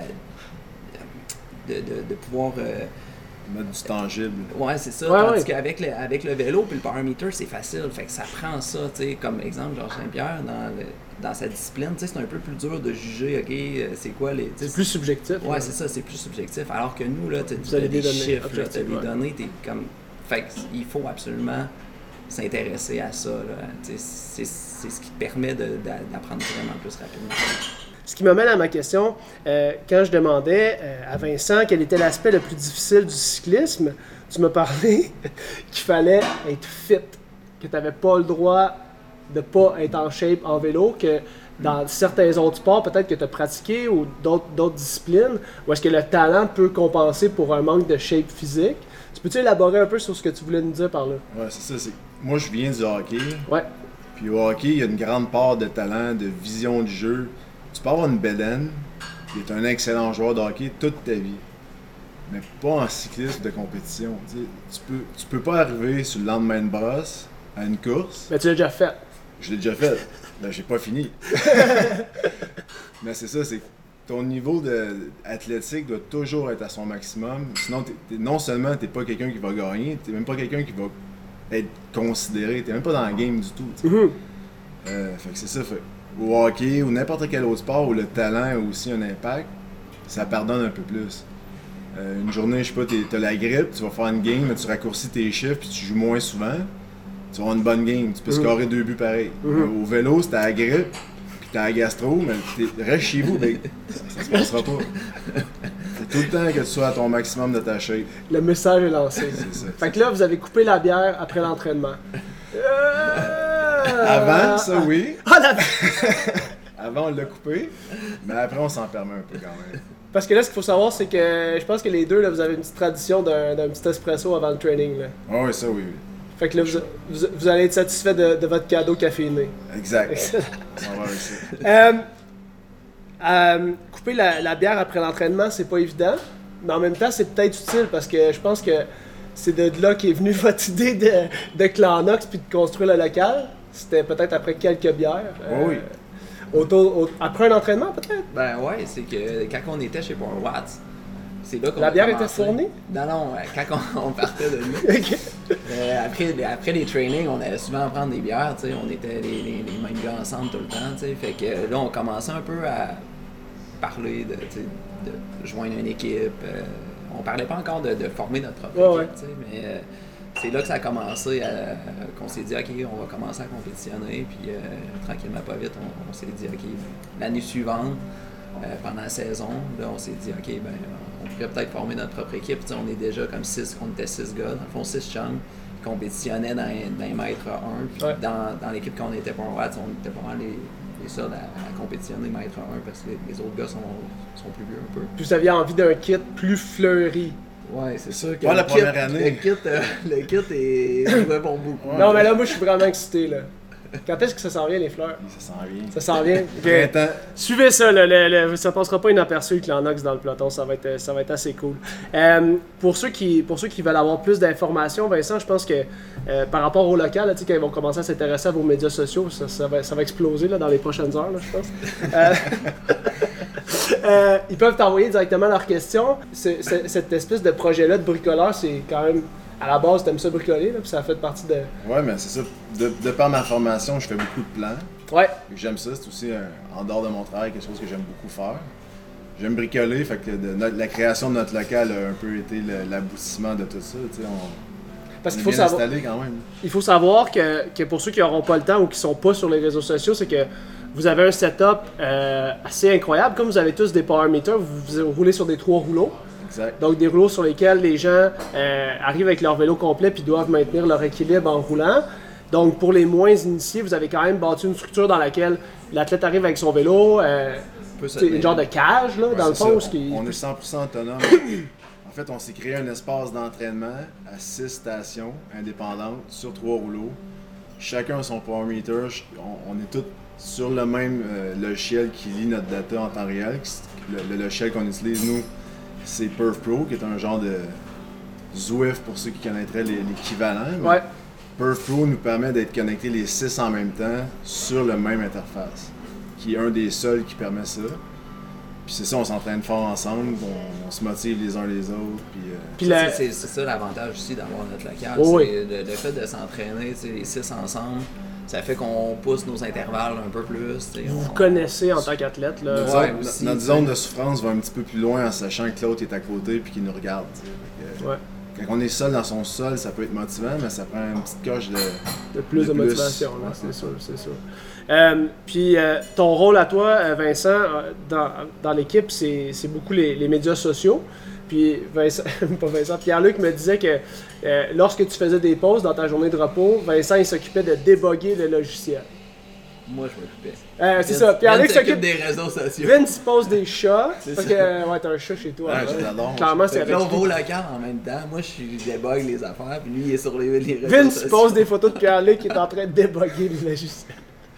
D: de, de, de, de pouvoir... euh,
C: Mettre du tangible.
D: ouais, c'est ça.
A: Ouais,
D: Tandis
A: ouais.
D: qu'avec le, avec le vélo puis le power meter, c'est facile. Fait que ça prend ça, tu sais. Comme exemple, Georges Saint-Pierre, dans, le, dans sa discipline, tu sais, c'est un peu plus dur de juger, OK, euh, c'est quoi les... tu sais,
A: C'est plus subjectif.
D: Ouais,
A: là.
D: c'est ça, c'est plus subjectif. Alors que nous, là, t'as
A: Vous
D: t'as
A: avez
D: des
A: des données
D: chiffres, là, t'as
A: objectives,
D: des
A: ouais.
D: données, t'es comme... Fait qu'il faut absolument s'intéresser à ça, là. Tu sais, C'est, c'est ce qui te permet de- d'a- d'apprendre vraiment plus rapidement.
A: Ce qui m'amène à ma question, euh, quand je demandais euh, à Vincent quel était l'aspect le plus difficile du cyclisme, tu m'as parlé qu'il fallait être fit, que tu n'avais pas le droit de pas être en shape en vélo, que dans certains autres sports, peut-être que tu as pratiqué ou d'autres, d'autres disciplines, où est-ce que le talent peut compenser pour un manque de shape physique. Tu peux-tu élaborer un peu sur ce que tu voulais nous dire par là?
C: Ouais, c'est ça. C'est... Moi, je viens du hockey.
A: Ouais.
C: Puis au hockey, il y a une grande part de talent, de vision du jeu. Tu peux avoir une bedaine, tu es un excellent joueur de hockey toute ta vie. Mais pas en cyclisme de compétition. Tu sais, tu peux, tu peux pas arriver sur le lendemain de brosse à une course.
A: Mais tu l'as déjà fait.
C: Je l'ai déjà fait. Ben, j'ai pas fini. Mais c'est ça, c'est que ton niveau de athlétique doit toujours être à son maximum. Sinon, t'es- t'es- non seulement t'es pas quelqu'un qui va gagner, t'es même pas quelqu'un qui va être considéré. T'es même pas dans le game du tout. tu sais.
A: Mhm.
C: Euh, fait que c'est ça. Fait, au hockey ou n'importe quel autre sport où le talent a aussi un impact, ça pardonne un peu plus. Euh, une journée, je sais pas, t'es- t'as la grippe, tu vas faire une game, mais tu raccourcis tes chiffres puis tu joues moins souvent. Tu vas avoir une bonne game, tu peux
A: Mhm.
C: scorer deux buts pareils.
A: Mhm.
C: Euh, au vélo, si t'as la grippe puis t'as la gastro, mais t'es- reste chez vous, ben, ça, ça se passera pas. Faut tout le temps que tu sois à ton maximum de ta shape.
A: Le message est lancé.
C: C'est ça.
A: Fait que là, vous avez coupé la bière après l'entraînement. Euh,
C: Avant, ça oui.
A: Ah, la...
C: Avant, on l'a coupé, mais après, on s'en permet un peu quand même.
A: Parce que là, ce qu'il faut savoir, c'est que je pense que les deux, là, vous avez une petite tradition d'un, d'un petit espresso avant le training. Là.
C: Ah oui, ça oui, oui.
A: Fait que là, vous, vous, vous allez être satisfait de, de votre cadeau caféiné.
C: Exact. On s'en va avec ça.
A: Euh, euh, couper la, la bière après l'entraînement, c'est pas évident. Mais en même temps, c'est peut-être utile parce que je pense que c'est de là qu'est venue votre idée de, de Clanox puis de construire le local. C'était peut-être après quelques bières.
C: Oh oui.
A: Autour, au- après un entraînement, peut-être?
D: Ben ouais, c'est que quand on était chez Power Watts, c'est là qu'on
A: La
D: a
A: bière était
D: commencé.
A: fournie?
D: Non, non, euh, quand on, on partait de là.
A: Ok.
D: Euh, après, les- après les trainings, on allait souvent prendre des bières, tu sais, on était les, les, les mêmes gars ensemble tout le temps, tu sais, fait que là, on commençait un peu à parler de, tu sais, de joindre une équipe. euh, on parlait pas encore de, de former notre propre
A: Ouais,
D: équipe, tu sais, mais euh, c'est là que ça a commencé, à, qu'on s'est dit, OK, on va commencer à compétitionner, puis euh, tranquillement, pas vite, on, on s'est dit, OK, l'année suivante, euh, pendant la saison, là, on s'est dit, OK, ben, on pourrait peut-être former notre propre équipe. Tu sais, on est déjà comme six, on était six gars, dans le fond, six chums, qui compétitionnaient dans, dans les mètres un. Puis
A: Ouais.
D: dans, dans l'équipe qu'on était pour Watts, on était pas mal les, les seuls à, à compétitionner mètre un parce que les, les autres gars sont, sont plus vieux un peu.
A: Puis vous aviez envie d'un kit plus fleuri.
D: Ouais, c'est sûr que
C: Pas la
D: le kit,
C: première année.
D: le kit, euh, le kit est jouait pour beaucoup.
C: Ouais.
A: Non, mais là, moi, je suis vraiment excité, là. Quand est-ce que ça s'en vient, les fleurs?
C: Ça sent bien.
A: Ça s'en vient. Ok.
C: Printemps.
A: Suivez ça, là, le, le- ça passera pas inaperçu avec l'Anox dans le peloton, ça va être, ça va être assez cool. Euh, pour, ceux qui, pour ceux qui veulent avoir plus d'informations, Vincent, je pense que euh, par rapport au local, là, tu sais, quand ils vont commencer à s'intéresser à vos médias sociaux, ça, ça va, ça va exploser là, dans les prochaines heures, là, je pense. Euh, euh, ils peuvent t'envoyer directement leurs questions. C'est- c'est- cette espèce de projet-là de bricoleur, c'est quand même, à la base, t'aimes ça bricoler, là, puis ça fait partie de...
C: Ouais, mais c'est ça. De, de par ma formation, je fais beaucoup de plans.
A: Ouais,
C: J'aime ça, c'est aussi, un- en dehors de mon travail, quelque chose que j'aime beaucoup faire. J'aime bricoler, fait que de notre- la création de notre local a un peu été le- l'aboutissement de tout ça. Tu sais, on,
A: parce
C: on
A: qu'il
C: est
A: faut
C: bien
A: savoir...
C: installé quand même.
A: Il faut savoir que, que pour ceux qui n'auront pas le temps ou qui sont pas sur les réseaux sociaux, c'est que vous avez un setup euh, assez incroyable. Comme vous avez tous des power meters, vous, vous roulez sur des trois rouleaux.
C: Exact.
A: Donc des rouleaux sur lesquels les gens euh, arrivent avec leur vélo complet puis doivent maintenir leur équilibre en roulant. Donc pour les moins initiés, vous avez quand même bâti une structure dans laquelle l'athlète arrive avec son vélo, euh,
D: Peut se
A: c'est une
D: tenir.
A: genre de cage là,
C: Ouais,
A: dans le
C: c'est
A: fond.
C: ça.
A: ce qui...
C: On est cent pour cent autonome. En fait, on s'est créé un espace d'entraînement à six stations indépendantes sur trois rouleaux. Chacun a son power meter. On, on est tous sur le même euh, logiciel qui lit notre data en temps réel. Le, le logiciel qu'on utilise, nous, c'est Perf Pro, qui est un genre de Zwift pour ceux qui connaîtraient les- l'équivalent. Mais
A: Ouais.
C: Perf Pro nous permet d'être connectés les six en même temps sur le même interface, qui est un des seuls qui permet ça. Puis c'est ça, on s'entraîne fort ensemble, on, on se motive les uns les autres. Puis, euh,
A: Puis
D: Ça,
A: la-
D: C'est c'est ça l'avantage aussi d'avoir notre local.
A: Oh oui.
D: C'est le, le fait de s'entraîner, tu sais, les six ensemble, ça fait qu'on pousse nos intervalles un peu plus. tu sais,
A: vous
D: on-
A: vous connaissez en tant qu'athlète. Là.
C: notre
D: ouais,
C: zone,
D: aussi,
C: notre
D: tu
C: zone
D: sais.
C: de souffrance va un petit peu plus loin en sachant que l'autre est à côté puis qu'il nous regarde. tu sais. Fait que,
A: Ouais.
C: Quand on est seul dans son sol, ça peut être motivant, mais ça prend une petite coche de.
A: De plus de,
C: De plus,
A: motivation, là,
C: ouais.
A: c'est sûr, c'est sûr. Euh, puis euh, ton rôle à toi, euh, Vincent, euh, dans, dans l'équipe, c'est, c'est beaucoup les, les médias sociaux. Puis Vincent, pas Vincent, Pierre-Luc me disait que euh, lorsque tu faisais des pauses dans ta journée de repos, Vincent il s'occupait de déboguer le logiciel.
D: Moi, je m'occupais.
A: Euh, c'est
D: Vince-
A: ça, Pierre-Luc
D: Vince
A: s'occupe
D: des réseaux sociaux.
A: Vince il pose des chats.
D: C'est
A: Parce
D: ça.
A: que, euh, ouais, t'as un chat chez toi.
C: Ouais,
A: hein.
C: je l'adore.
A: Clairement, c'est
D: Fait que là,
A: avec
D: on va
A: lui.
D: au local en même temps. Moi, je suis- je débug les affaires, puis lui, il est sur les, les réseaux
A: Vince
D: sociaux.
A: pose des photos de Pierre-Luc qui est en train de déboguer le logiciel.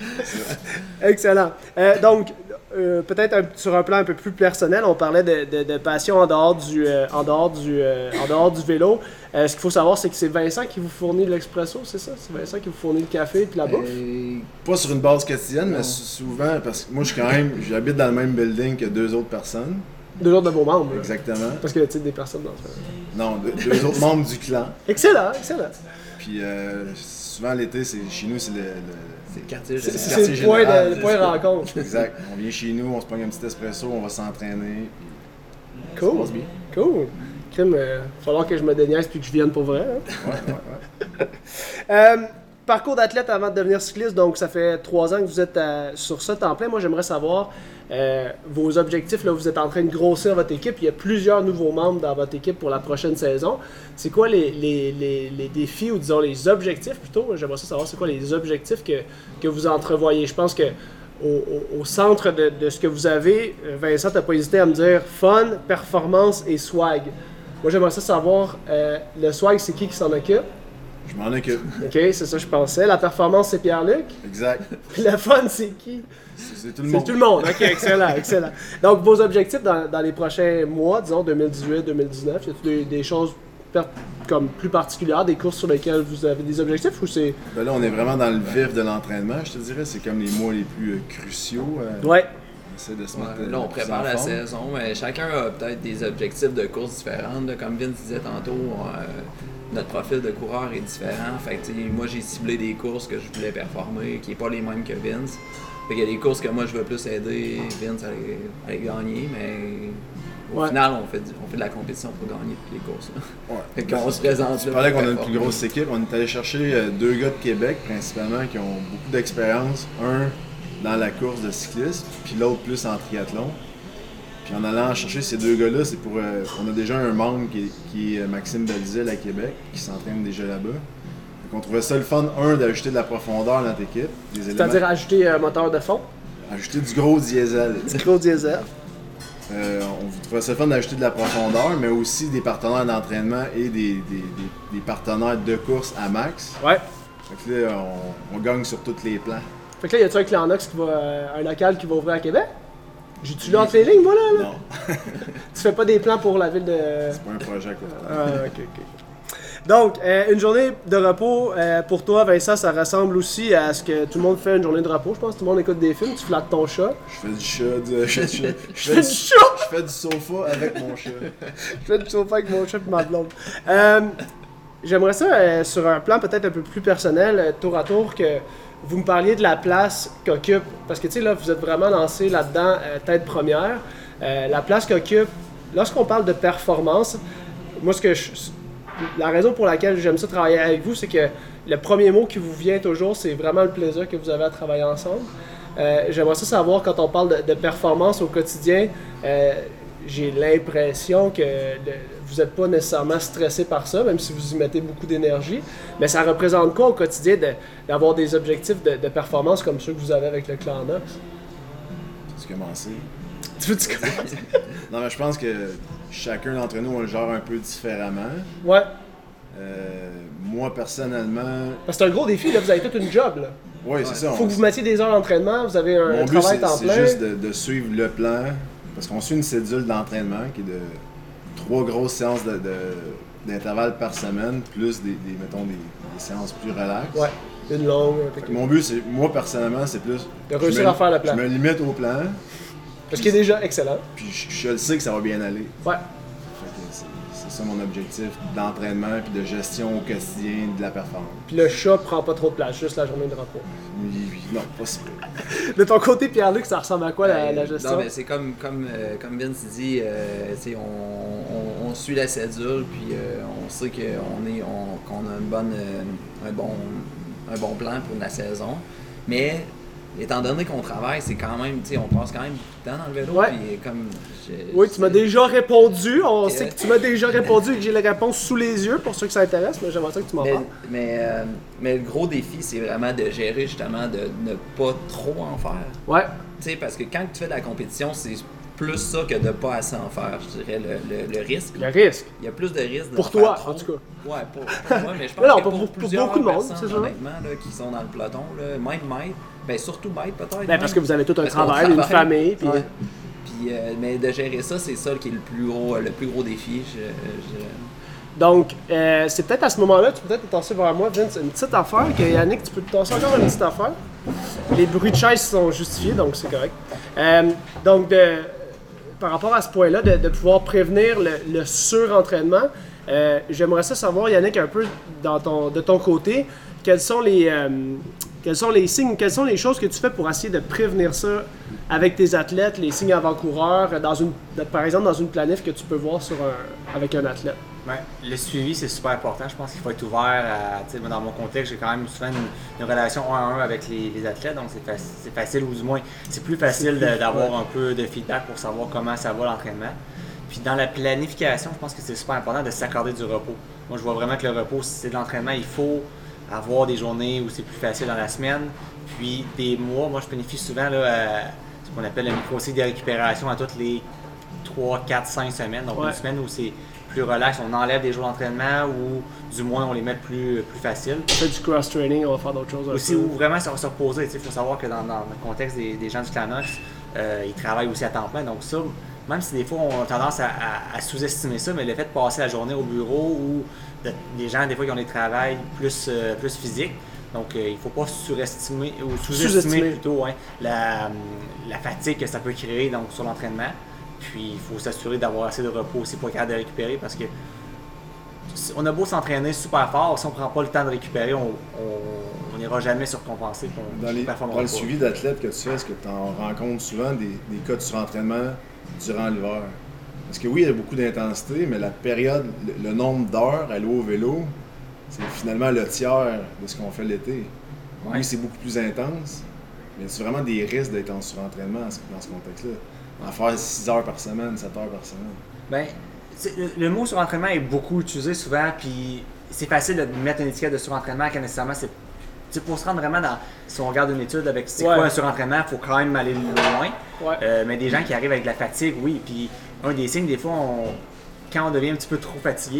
A: Excellent. Euh, donc, euh, peut-être un- sur un plan un peu plus personnel, on parlait de, de- de passion en dehors du, euh, en dehors du, euh, en dehors du vélo. Euh, ce qu'il faut savoir, c'est que c'est Vincent qui vous fournit l'expresso, c'est ça? C'est Vincent qui vous fournit le café et la bouffe?
D: Euh,
C: Pas sur une base quotidienne,
D: Non.
C: mais sou- souvent, parce que moi, je suis quand même. J'habite dans le même building que deux autres personnes.
A: Deux autres de vos membres. là.
C: Exactement.
A: Parce que, tu sais, des personnes dans ça.
C: Non, deux, deux autres membres du clan.
A: Excellent, excellent.
C: Puis euh, souvent, l'été, c'est chez nous, c'est le- le
D: C'est le quartier
A: C'est,
C: C'est
A: c'est
C: quartier
A: le point,
C: général,
A: de, le point de rencontre.
C: Exact. On vient chez nous, on se prend un petit espresso, on va s'entraîner. Puis
A: Cool.
C: ça passe bien.
A: Cool. Crime, euh, il va falloir que je me déniaise puis que je vienne pour vrai. hein.
C: Ouais, ouais, ouais.
A: Euh, parcours d'athlète avant de devenir cycliste, donc ça fait trois ans que vous êtes à- sur ça temps plein. Moi, j'aimerais savoir euh, vos objectifs. Là, vous êtes en train de grossir votre équipe. Il y a plusieurs nouveaux membres dans votre équipe pour la prochaine saison. C'est quoi les, les, les, les défis ou disons les objectifs plutôt? J'aimerais ça savoir c'est quoi les objectifs que, que vous entrevoyez. Je pense que au, au- au centre de, de ce que vous avez, euh, Vincent, t'as pas hésité à me dire fun, performance et swag. Moi, j'aimerais ça savoir, euh, le swag, c'est qui qui s'en occupe?
C: Je m'en occupe.
A: OK, c'est ça que je pensais. La performance, c'est Pierre-Luc.
C: Exact.
A: Puis le fun, c'est qui?
C: C'est c'est tout le
A: C'est
C: monde.
A: tout le monde. OK, excellent, excellent. Donc, vos objectifs dans, dans les prochains mois, disons deux mille dix-huit deux mille dix-neuf, y a-t-il des, des choses per- comme plus particulières, des courses sur lesquelles vous avez des objectifs ou c'est...
C: Ben là, on est vraiment dans le vif de l'entraînement, je te dirais. C'est comme les mois les plus euh, cruciaux. euh,
A: Ouais.
C: On essaie de se
D: Ouais,
C: mettre. euh,
D: là, on
C: le plus
D: prépare
C: en
D: la
C: forme.
D: saison, mais chacun a peut-être des objectifs de courses différentes. là. Comme Vince disait tantôt, euh, notre profil de coureur est différent. Fait que, tu sais, moi, j'ai ciblé des courses que je voulais performer, qui n'est pas les mêmes que Vince. Fait qu'il y a des courses que moi, je veux plus aider Vince à les, à les gagner, mais au
A: Ouais.
D: final, on fait, du- on fait de la compétition pour gagner toutes les courses. là.
C: Ouais.
D: Fait qu'on se présente
C: Tu
D: là
C: parlais
D: pour
C: qu'on a une
D: performer.
C: plus grosse équipe. On est allé chercher euh, deux gars de Québec, principalement, qui ont beaucoup d'expérience. Un dans la course de cyclisme, puis l'autre plus en triathlon. Puis en allant chercher ces deux gars-là, c'est pour. euh, on a déjà un membre qui est, qui est Maxime Belzile à Québec, qui s'entraîne déjà là-bas. Donc on trouvait ça le fun, un, d'ajouter de la profondeur à notre équipe, des éléments.
A: C'est-à-dire ajouter un moteur de fond,
C: Ajouter du gros diesel.
A: micro diesel.
C: Euh, on trouvait ça le fun d'ajouter de la profondeur, mais aussi des partenaires d'entraînement et des, des- des- des partenaires de course à max.
A: Ouais.
C: Fait que là, on, on gagne sur tous les plans.
A: Fait que là, y a-tu un Clanox qui va. Euh, un local qui va ouvrir à Québec? J'ai-tu là entre les lignes, moi, là? là?
C: Non,
A: Tu fais pas des plans pour la ville de.
C: c'est pas un projet à court terme.
A: Ah, ok, ok. Donc, euh, une journée de repos euh, pour toi, Vincent, ça ressemble aussi à ce que tout le monde fait une journée de repos. Je pense que tout le monde écoute des films, tu flattes ton chat.
C: Je fais du chat, du- je, je- je
A: Je fais du chat!
C: je fais du sofa avec mon chat.
A: Je fais du sofa avec mon chat et ma blonde. Euh, J'aimerais ça, euh, sur un plan peut-être un peu plus personnel, euh, tour à tour, que vous me parliez de la place qu'occupe. Parce que, tu sais, là, vous êtes vraiment lancé là-dedans, euh, tête première. Euh, la place qu'occupe, lorsqu'on parle de performance, moi, ce que je, la raison pour laquelle j'aime ça travailler avec vous, c'est que le premier mot qui vous vient toujours, c'est vraiment le plaisir que vous avez à travailler ensemble. Euh, J'aimerais ça savoir, quand on parle de, de performance au quotidien, euh, j'ai l'impression que le- vous n'êtes pas nécessairement stressé par ça, même si vous y mettez beaucoup d'énergie. Mais ça représente quoi au quotidien de- d'avoir des objectifs de, de performance comme ceux que vous avez avec le Clanox?
C: Tu commencer.
A: Tu veux-tu commencer?
C: Non, mais je pense que chacun d'entre nous, on le gère un peu différemment.
A: Ouais.
C: Euh, moi, personnellement,
A: Parce que c'est un gros défi, là, vous avez tout une job. Là.
C: oui, c'est ça.
A: Faut
C: on-
A: que vous mettiez des heures d'entraînement, vous avez un
C: Mon but,
A: travail
C: c'est
A: temps
C: c'est
A: plein.
C: juste de, de suivre le plan. Parce qu'on suit une cédule d'entraînement qui est de trois grosses séances de- de- d'intervalle par semaine, plus des, des, mettons, des, des séances plus relaxes.
A: Ouais, une longue. fait
C: Fait
A: que-
C: que mon but, c'est, moi, personnellement, c'est plus...
A: De
C: je
A: réussir
C: me-
A: à faire le plan.
C: Je me limite au plan,
A: Parce qu'il est déjà excellent.
C: puis je, je le sais que ça va bien aller.
A: Ouais.
C: Fait que c'est, c'est ça mon objectif d'entraînement puis de gestion au quotidien de la performance.
A: Puis le chat prend pas trop de place, juste la journée de repos.
C: Oui, oui, non, pas si peu.
A: De ton côté, Pierre-Luc, ça ressemble à quoi la,
D: Euh,
A: la gestion?
D: Non, mais c'est comme, comme, euh, comme Vince dit, euh, tu sais, on, on, on suit la cédule, puis euh, on sait qu'on est, on, qu'on a une bonne, euh, un, bon, un bon plan pour la saison. Mais étant donné qu'on travaille, c'est quand même, tu sais, on passe quand même beaucoup de temps dans le vélo.
A: Ouais.
D: Puis comme je-
A: Oui, tu m'as déjà répondu. On
D: Ok.
A: sait que tu m'as déjà répondu et que j'ai les réponses sous les yeux pour ceux que ça intéresse, mais j'aimerais ça que tu m'en
D: Mais,
A: parles.
D: mais, euh, mais le gros défi, c'est vraiment de gérer justement, de ne pas trop en faire.
A: Ouais.
D: Tu sais, parce que quand tu fais de la compétition, c'est plus ça que de pas assez en faire, je dirais, le, le, le risque.
A: Le risque.
D: Il y a plus de risques de
A: Pour
D: en faire
A: toi,
D: trop.
A: en tout cas.
D: Ouais, pour, pour moi, mais je pense
A: Non, non,
D: que
A: pour-
D: pour,
A: pour- pour
D: plusieurs
A: beaucoup de monde,
D: personnes,
A: c'est ça.
D: honnêtement, là, qui sont dans le peloton, là, même Maître, ben surtout Maître peut-être.
A: Ben,
D: même.
A: parce que vous avez tout un
D: Parce qu'on
A: travail, une
D: travaille.
A: famille. Puis...
D: Ouais. Puis, euh, mais de gérer ça, c'est ça qui est le plus gros, le plus gros défi. Je, je-
A: Donc, euh, c'est peut-être à ce moment-là, tu peux peut-être te tasser vers moi, Vince, une petite affaire que Yannick, tu peux te tasser encore une petite affaire. Les bruits de chaise sont justifiés, donc c'est correct. Euh, donc, de, par rapport à ce point-là, de, de pouvoir prévenir le, le surentraînement, euh, j'aimerais ça savoir, Yannick, un peu dans ton, de ton côté, quels sont les, euh, quels sont les signes, quelles sont les choses que tu fais pour essayer de prévenir ça avec tes athlètes, les signes avant-coureurs, dans une, par exemple dans une planif que tu peux voir sur un, avec un athlète.
B: Ouais, le suivi, c'est super important. Je pense qu'il faut être ouvert à. Tu sais, moi, dans mon contexte, j'ai quand même souvent une, une relation un à un avec les, les athlètes, donc c'est faci- c'est facile, ou du moins, c'est plus facile de- d'avoir un peu de feedback pour savoir comment ça va l'entraînement. Puis dans la planification, je pense que c'est super important de s'accorder du repos. Moi, je vois vraiment que le repos, si c'est de l'entraînement, il faut avoir des journées où c'est plus facile dans la semaine, puis des mois. Moi, je planifie souvent là, à ce qu'on appelle le micro-cycle de récupération à toutes les trois, quatre, cinq semaines. Donc,
A: Ouais.
B: une semaine où c'est plus relax, on enlève des jours d'entraînement ou du moins on les met plus, plus faciles.
A: On fait du cross-training, on va faire d'autres choses. un
B: Aussi,
A: peu.
B: où vraiment ça va se reposer. Il faut savoir que dans, dans le contexte des, des gens du Clanox, euh, ils travaillent aussi à temps plein. Donc ça, même si des fois on a tendance à, à- à sous-estimer ça, mais le fait de passer la journée au bureau ou de- des gens des fois qui ont des travails plus, euh, plus physiques, donc euh, il ne faut pas surestimer ou sous-estimer
A: Sous-estimer.
B: plutôt hein, la, hum, la fatigue que ça peut créer donc, sur l'entraînement. Puis il faut s'assurer d'avoir assez de repos aussi pour être capable de récupérer parce que si- on a beau s'entraîner super fort, si on ne prend pas le temps de récupérer, on on- on n'ira jamais surcompenser. puis on
C: Dans, les,
B: performera
C: dans le
B: pas.
C: suivi d'athlètes que tu fais, est-ce que tu en rencontres souvent des, des cas de surentraînement durant l'hiver? Parce que oui, il y a beaucoup d'intensité, mais la période, le, le nombre d'heures à l'eau au vélo, c'est finalement le tiers de ce qu'on fait l'été.
B: Ouais.
C: Oui, c'est beaucoup plus intense, mais c'est vraiment des risques d'être en surentraînement dans ce, dans ce contexte-là. En faire six heures par semaine, sept heures par semaine.
B: Ben, c'est- le, le mot surentraînement est beaucoup utilisé souvent, puis c'est facile de mettre une étiquette de surentraînement quand nécessairement c'est. Tu sais, pour se rendre vraiment dans. Si on regarde une étude avec c'est
A: Ouais.
B: quoi un surentraînement, il faut quand même aller loin.
A: Ouais.
B: Euh, mais des gens qui arrivent avec de la fatigue, oui. Puis un des signes, des fois, on- quand on devient un petit peu trop fatigué,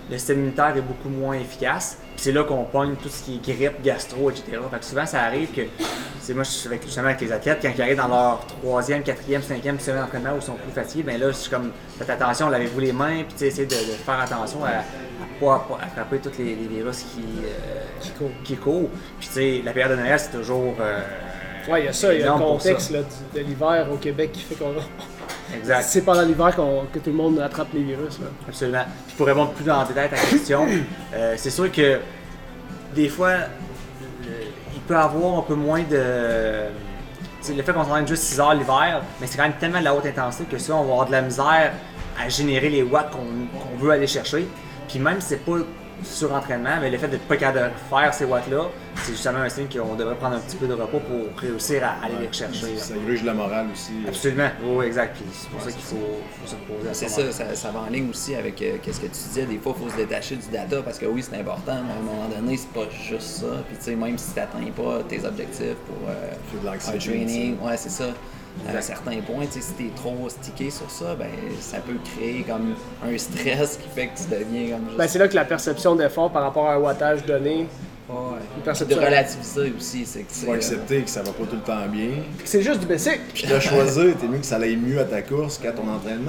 B: le système immunitaire est beaucoup moins efficace. Puis c'est là qu'on pogne tout ce qui est grippe, gastro, et cetera. Fait que souvent, ça arrive que, c'est moi, je suis avec, justement avec les athlètes, quand ils arrivent dans leur troisième, quatrième, cinquième semaine d'entraînement où ils sont plus fatigués, ben là, je suis comme, faites attention, lavez-vous les mains, puis essayez de, de faire attention à ne pas attraper tous les, les virus qui, euh,
A: Qui courent.
B: qui courent. Puis tu sais, la période de Noël, c'est toujours... Euh,
A: Ouais, il y a ça, il y a le
B: énorme pour
A: contexte
B: ça.
A: là, du- de l'hiver au Québec qui fait qu'on.
B: Exact.
A: C'est pendant l'hiver qu'on- que tout le monde attrape les virus. Là.
B: Absolument. Puis pour répondre plus en détail à ta question, euh, c'est sûr que des fois, le- il peut avoir un peu moins de. Tu sais, le fait qu'on s'entraîne juste six heures l'hiver, mais c'est quand même tellement de la haute intensité que souvent on va avoir de la misère à générer les watts qu'on qu'on veut aller chercher. Puis même si c'est pas surentraînement, mais le fait de ne pas capable de faire ces watts-là, c'est justement un signe qu'on devrait prendre un petit peu de repos pour réussir à aller les rechercher. là.
C: Ça gruge la morale aussi.
B: Absolument. Oui, exact. Puis c'est pour ça qu'il faut, faut se reposer à ce
D: C'est ça,
B: moment-là.
D: ça, ça va en ligne aussi avec euh, qu'est-ce que tu disais. Des fois, il faut se détacher du data parce que oui, c'est important, mais à un moment donné, c'est pas juste ça. Puis tu sais, même si tu n'atteins pas tes objectifs pour euh,
C: Fait de l'anxiété,
D: un training, ouais, c'est ça. À un certain point, tu sais, si tu es trop stické sur ça, ben ça peut créer comme un stress qui fait que tu deviens comme juste.
A: Ben, c'est là que la perception d'effort par rapport à un wattage donné.
D: Ouais.
A: Une
D: De
A: perception.
D: relativiser aussi, c'est que
C: Faut
D: c'est.
C: accepter que ça va pas tout le temps bien.
A: C'est juste du basic.
C: Puis de choisir, t'es mieux que ça aille mieux à ta course qu'à ton entraînement.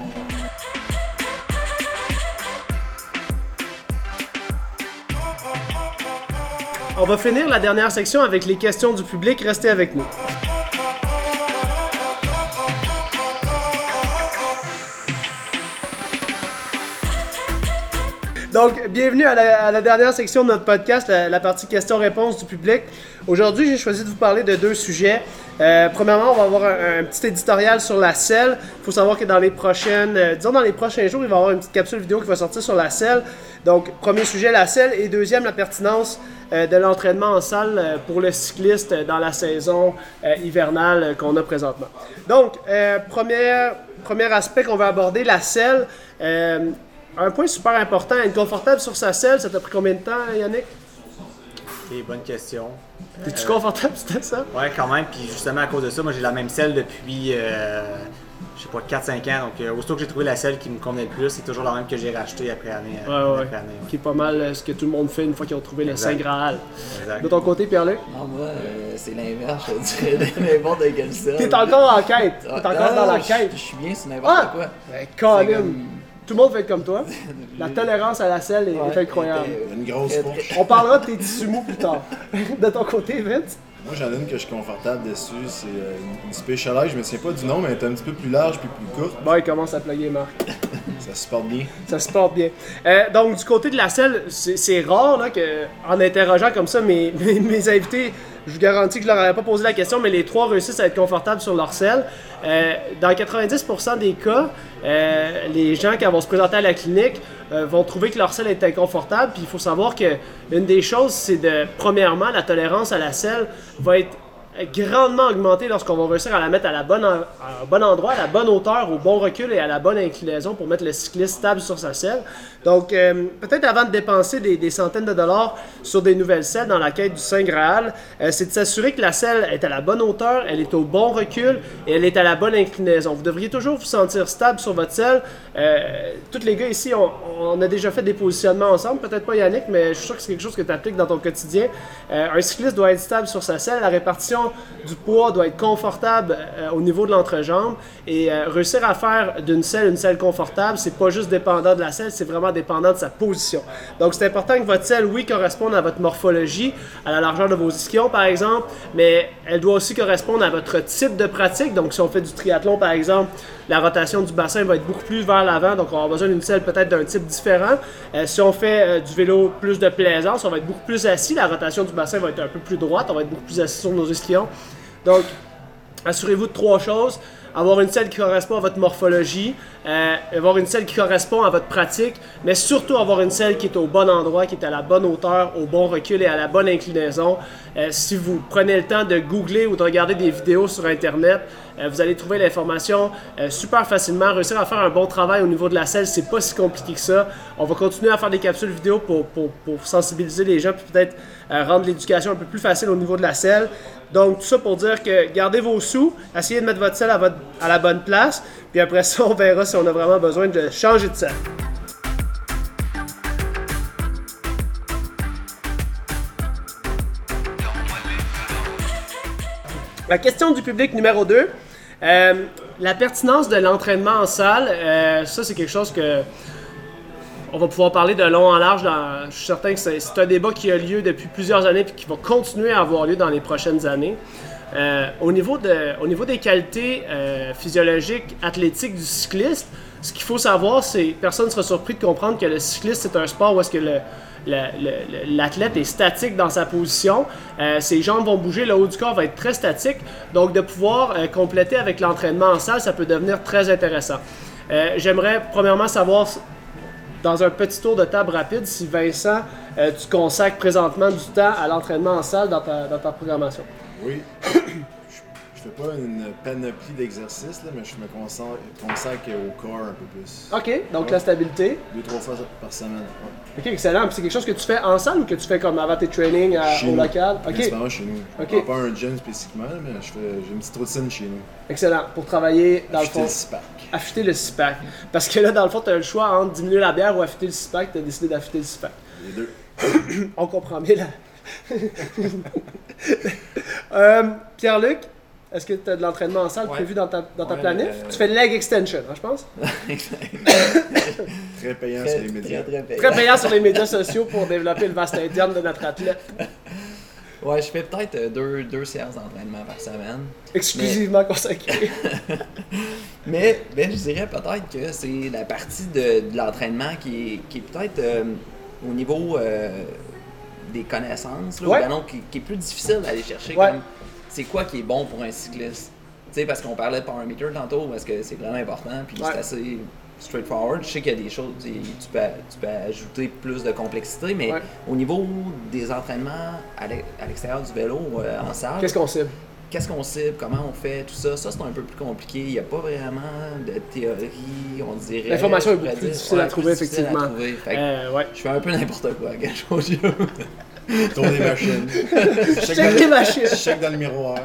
A: On va finir la dernière section avec les questions du public. Restez avec nous. Donc, bienvenue à la, à la dernière section de notre podcast, la, la partie questions-réponses du public. Aujourd'hui, j'ai choisi de vous parler de deux sujets. Euh, premièrement, on va avoir un, un petit éditorial sur la selle. Il faut savoir que dans les prochaines, euh, disons dans les prochains jours, il va y avoir une petite capsule vidéo qui va sortir sur la selle. Donc, premier sujet, la selle, et deuxième, la pertinence euh, de l'entraînement en salle euh, pour le cycliste euh, dans la saison euh, hivernale euh, qu'on a présentement. Donc, euh, premier, premier aspect qu'on va aborder, la selle. Euh, un point super important, être confortable sur sa selle, ça t'a pris combien de temps, Yannick?
B: C'est une bonne question.
A: T'es-tu
B: Euh,
A: confortable, c'était ça?
B: Ouais, quand même. Puis justement, à cause de ça, moi, j'ai la même selle depuis, euh, je sais pas, quatre cinq ans. Donc, euh, aussitôt que j'ai trouvé la selle qui me convenait le plus, c'est toujours la même que j'ai rachetée après année.
A: Ouais,
B: euh,
A: ouais.
B: après année, ouais.
A: Qui est pas mal euh, ce que tout le monde fait une fois qu'ils ont trouvé le
B: Exact.
A: Saint Graal.
B: Exact.
A: De ton côté, Pierre-Luc?
D: Non, moi, euh, c'est l'inverse, je dirais, n'importe quelle selle.
A: T'es encore en quête! T'es
D: Ah,
A: encore dans
D: non,
A: la
D: je-
A: quête!
D: Je suis bien sur n'importe
A: Ah!
D: quoi.
A: Ben,
D: C'est
A: Colin!
D: comme-
A: Tout le monde fait comme toi. La tolérance à la selle est,
D: Ouais,
A: est incroyable.
D: était-
C: Il y a une grosse
D: très,
C: fourche.
A: On parlera de tes tissus mous plus tard. De ton côté, Vince?
C: Moi, j'en ai une que je suis confortable dessus. C'est euh, une, une Specialized. Je me souviens pas du nom, mais elle est un petit peu plus large puis plus courte.
A: Bon, il commence à plugger Marc.
C: Ça se porte bien.
A: Ça se porte bien. Euh, donc, du côté de la selle, c'est c'est rare là, que, en interrogeant comme ça mes, mes, mes invités, je vous garantis que je leur avais pas posé la question, mais les trois réussissent à être confortables sur leur selle. Euh, dans quatre-vingt-dix pour cent des cas, euh, les gens, quand vont se présenter à la clinique, euh, vont trouver que leur selle est inconfortable. Puis il faut savoir que une des choses, c'est de, premièrement, la tolérance à la selle va être grandement augmentée lorsqu'on va réussir à la mettre à la bonne en- à un bon endroit, à la bonne hauteur, au bon recul et à la bonne inclinaison pour mettre le cycliste stable sur sa selle. Donc, euh, peut-être avant de dépenser des, des centaines de dollars sur des nouvelles selles dans la quête du Saint Graal, euh, c'est de s'assurer que la selle est à la bonne hauteur, elle est au bon recul et elle est à la bonne inclinaison. Vous devriez toujours vous sentir stable sur votre selle. Euh, tous les gars ici, on, on a déjà fait des positionnements ensemble, peut-être pas Yannick, mais je suis sûr que c'est quelque chose que tu appliques dans ton quotidien. Euh, un cycliste doit être stable sur sa selle, la répartition du poids doit être confortable euh, au niveau de l'entrejambe et euh, réussir à faire d'une selle une selle confortable, c'est pas juste dépendant de la selle, c'est vraiment dépendant de sa position. Donc c'est important que votre selle, oui, corresponde à votre morphologie, à la largeur de vos ischions par exemple, mais elle doit aussi correspondre à votre type de pratique. Donc si on fait du triathlon par exemple, la rotation du bassin va être beaucoup plus vers l'avant, donc on aura besoin d'une selle peut-être d'un type différent. Euh, si on fait euh, du vélo plus de plaisance, on va être beaucoup plus assis, la rotation du bassin va être un peu plus droite, on va être beaucoup plus assis sur nos ischions. Donc, assurez-vous de trois choses. Avoir une selle qui correspond à votre morphologie, euh, avoir une selle qui correspond à votre pratique, mais surtout avoir une selle qui est au bon endroit, qui est à la bonne hauteur, au bon recul et à la bonne inclinaison. Euh, si vous prenez le temps de googler ou de regarder des vidéos sur Internet, euh, vous allez trouver l'information euh, super facilement. Réussir à faire un bon travail au niveau de la selle, c'est pas si compliqué que ça. On va continuer à faire des capsules vidéo pour, pour, pour sensibiliser les gens, puis peut-être euh, rendre l'éducation un peu plus facile au niveau de la selle. Donc, tout ça pour dire que gardez vos sous, essayez de mettre votre selle à, votre, à la bonne place, puis après ça, on verra si on a vraiment besoin de changer de selle. La question du public numéro deux. Euh, la pertinence de l'entraînement en salle, euh, ça c'est quelque chose que on va pouvoir parler de long en large. Dans, je suis certain que c'est, c'est un débat qui a lieu depuis plusieurs années et qui va continuer à avoir lieu dans les prochaines années. Euh, au, niveau de, au niveau des qualités euh, physiologiques, athlétiques du cycliste, ce qu'il faut savoir, c'est personne ne sera surpris de comprendre que le cycliste, c'est un sport où est-ce que le, le, le, l'athlète est statique dans sa position. Euh, ses jambes vont bouger, le haut du corps va être très statique. Donc, de pouvoir euh, compléter avec l'entraînement en salle, ça peut devenir très intéressant. Euh, j'aimerais premièrement savoir, dans un petit tour de table rapide, si Vincent, euh, tu consacres présentement du temps à l'entraînement en salle dans ta, dans ta programmation.
C: Oui. Je fais pas une panoplie d'exercices, là, mais je me concentre, consacre au corps un peu plus.
A: OK, donc
C: Ouais.
A: la stabilité.
C: Deux, trois fois par semaine. Ouais.
A: OK, excellent. Puis c'est quelque chose que tu fais en salle ou que tu fais comme avant tes trainings à-
C: Chez
A: au
C: nous.
A: local? OK,
C: Principalement chez nous. Je
A: Ok.
C: ne prends pas un gym spécifiquement, mais je fais, j'ai une petite routine chez nous.
A: excellent. Pour travailler, dans
C: Acheter
A: le
C: le
A: fond,
C: six-pack.
A: affûter le six-pack. Parce que là, dans le fond, tu as le choix entre diminuer la bière ou affûter le six-pack. Tu as décidé d'affûter le six-pack.
C: Les deux.
A: On comprend bien là. euh, Pierre-Luc, est-ce que tu as de l'entraînement en salle
D: Ouais.
A: prévu dans ta, dans ta
D: Ouais,
A: planif?
D: euh,
A: Tu fais leg extension, hein, je pense?
C: Très payant
D: Très,
C: sur les médias.
D: très, très payant.
A: Très payant sur les médias sociaux pour développer le vaste interne de notre athlète.
D: Ouais, je fais peut-être euh, deux, deux séances d'entraînement par semaine.
A: Exclusivement consacré.
D: Mais ben, je dirais peut-être que c'est la partie de, de l'entraînement qui est, qui est peut-être euh, au niveau euh, des connaissances, là,
A: Ouais.
D: ou ben non, qui, qui est plus difficile d'aller chercher.
A: Ouais.
D: Comme, c'est quoi qui est bon pour un cycliste? Tu sais, parce qu'on parlait de power meter tantôt, parce que c'est vraiment important, puis
A: Ouais.
D: c'est assez straightforward. Je sais qu'il y a des choses, tu, tu peux, tu peux ajouter plus de complexité, mais
A: Ouais.
D: au niveau des entraînements à l'e- à l'extérieur du vélo, euh, en salle,
A: Qu'est-ce qu'on cible?
D: qu'est-ce qu'on cible, comment on fait, tout ça, ça c'est un peu plus compliqué. Il n'y a pas vraiment de théorie, on dirait.
A: L'information est
D: je pourrais
A: beaucoup plus
D: dire.
A: difficile à
D: Ouais,
A: trouver,
D: plus difficile à
A: effectivement.
D: trouver. Fait que
A: Euh, ouais.
D: je fais un peu n'importe quoi quand je vais au gym.
C: Tourne les machines.
A: Check les machines.
C: Check dans le miroir.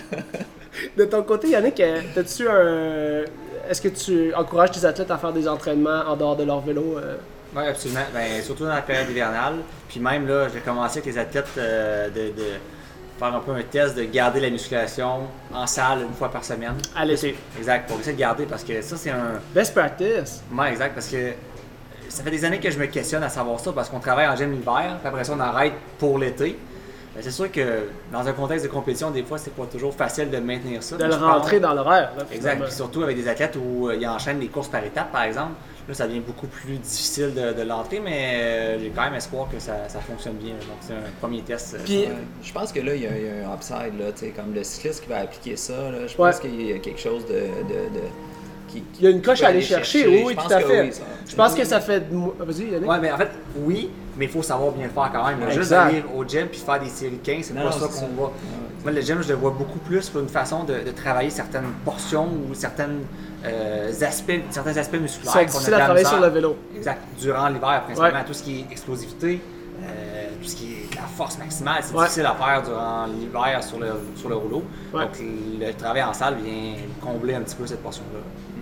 A: De ton côté, Yannick, euh, as-tu un. Est-ce que tu encourages tes athlètes à faire des entraînements en dehors de leur vélo? euh?
B: Oui, absolument. Ben, surtout dans la période hivernale. Puis même là, j'ai commencé avec les athlètes euh, de, de faire un peu un test de garder la musculation en salle une fois par semaine.
A: À l'été.
B: Exact, pour essayer de garder parce que ça, c'est un.
A: Best practice.
B: Ouais, exact, parce que ça fait des années que je me questionne à savoir ça parce qu'on travaille en gym l'hiver, puis après ça, on arrête pour l'été. Ben, c'est sûr que dans un contexte de compétition, des fois, c'est pas toujours facile de maintenir ça.
A: De
B: Mais
A: le
B: je pense-
A: rentrer dans l'horaire. là,
B: Exact,
A: finalement.
B: puis surtout avec des athlètes où euh, ils enchaînent les courses par étapes, par exemple. Là, ça devient beaucoup plus difficile de, de l'entrer, mais euh, j'ai quand même espoir que ça, ça fonctionne bien. Donc, c'est un premier test. euh,
A: Puis-
D: Ouais. Je pense que là, il y, a, il y a un upside, là, tu sais, comme le cycliste qui va appliquer ça. Là, je
A: Ouais.
D: pense qu'il y a quelque chose de. de, de qui, qui-
A: Il y a une
D: qui
A: coche
D: peut
A: à aller chercher, oui, oui,
D: Je pense
A: tout à
D: que
A: fait.
D: oui, ça.
A: Je pense que ça fait. de mo- Vas-y, Yannick.
B: Ouais, mais en fait, oui, mais il faut savoir bien le faire quand même. là. Juste
A: Exact.
B: aller au gym puis faire des séries quinze, c'est
D: Non,
B: pas
D: non,
B: ça
D: c'est
B: qu'on
D: ça.
B: voit. Moi, le gym, je le vois beaucoup plus pour une façon de, de travailler certaines portions ou certaines euh, aspects, certains aspects musculaires.
A: C'est
B: qu'on a
A: difficile
B: de
A: à
B: la
A: travailler
B: misère.
A: sur le vélo.
B: Exact. Durant l'hiver, principalement,
A: Ouais.
B: tout ce qui est explosivité, euh, tout ce qui est la force maximale, c'est
A: Ouais.
B: difficile à faire durant l'hiver sur le, sur le rouleau.
A: Ouais.
B: Donc, le travail en salle vient combler un petit peu cette portion-là.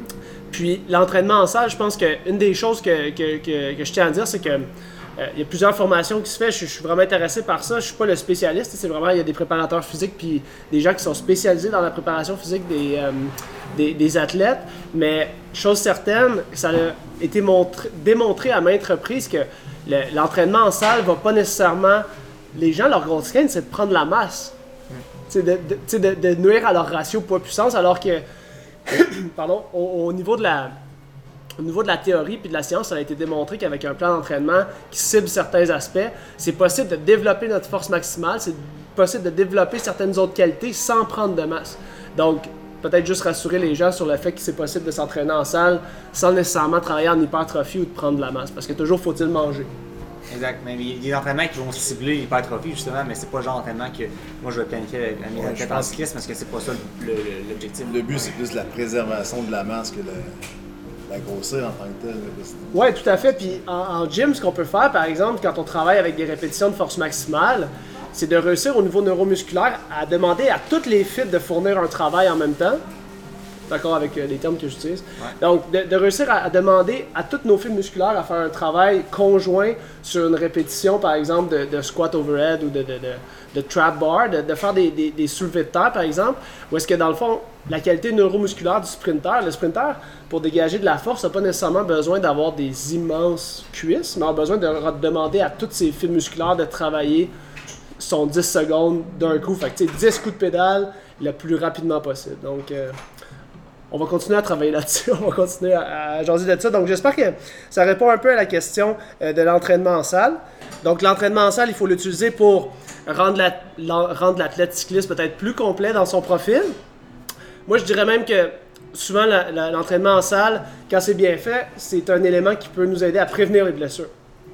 A: Puis l'entraînement en salle, je pense qu'une des choses que, que, que, que je tiens à dire, c'est que euh, il y a plusieurs formations qui se font. Je, je suis vraiment intéressé par ça. Je suis pas le spécialiste. C'est vraiment, il y a des préparateurs physiques puis des gens qui sont spécialisés dans la préparation physique des, euh, des, des athlètes. Mais chose certaine, ça a été montré, démontré à maintes reprises que le- l'entraînement en salle va pas nécessairement. Les gens, leur grosse crainte, c'est de prendre la masse. Tu sais, de, de, tu sais, de, de nuire à leur ratio poids-puissance, alors que pardon, au, au niveau de la, au niveau de la théorie puis de la science, ça a été démontré qu'avec un plan d'entraînement qui cible certains aspects, c'est possible de développer notre force maximale, c'est possible de développer certaines autres qualités sans prendre de masse. Donc, peut-être juste rassurer les gens sur le fait que c'est possible de s'entraîner en salle sans nécessairement travailler en hypertrophie ou de prendre de la masse, parce que toujours faut-il manger.
B: Exact. Mais il y a des entraînements qui vont cibler l'hypertrophie, justement, mais c'est pas le genre d'entraînement que moi je vais planifier avec à mes
C: Ouais,
B: athlètes
C: je
B: en
C: pense-
B: cyclisme parce que c'est pas ça le- le- l'objectif.
C: Le but, c'est plus la préservation de la masse que la, la grosseur en tant que telle. là, parce que-
A: Oui, tout à fait. Puis en, en gym, ce qu'on peut faire, par exemple, quand on travaille avec des répétitions de force maximale, c'est de réussir au niveau neuromusculaire à demander à toutes les fibres de fournir un travail en même temps, d'accord avec euh, les termes que j'utilise.
B: Ouais.
A: Donc, de, de réussir à, à demander à tous nos fibres musculaires à faire un travail conjoint sur une répétition, par exemple, de, de squat overhead ou de, de, de, de trap bar, de, de faire des, des, des soulevés de terre, par exemple, où est-ce que, dans le fond, la qualité neuromusculaire du sprinter, le sprinter, pour dégager de la force, n'a pas nécessairement besoin d'avoir des immenses cuisses, mais a besoin de re- demander à toutes ses fibres musculaires de travailler son dix secondes d'un coup. Fait que, tu sais, dix coups de pédale le plus rapidement possible. Donc, euh, on va continuer à travailler là-dessus. On va continuer à, à jaser de ça. Donc, j'espère que ça répond un peu à la question euh, de l'entraînement en salle. Donc, l'entraînement en salle, il faut l'utiliser pour rendre, la, l'en- rendre l'athlète cycliste peut-être plus complet dans son profil. Moi, je dirais même que souvent, la- la- l'entraînement en salle, quand c'est bien fait, c'est un élément qui peut nous aider à prévenir les blessures.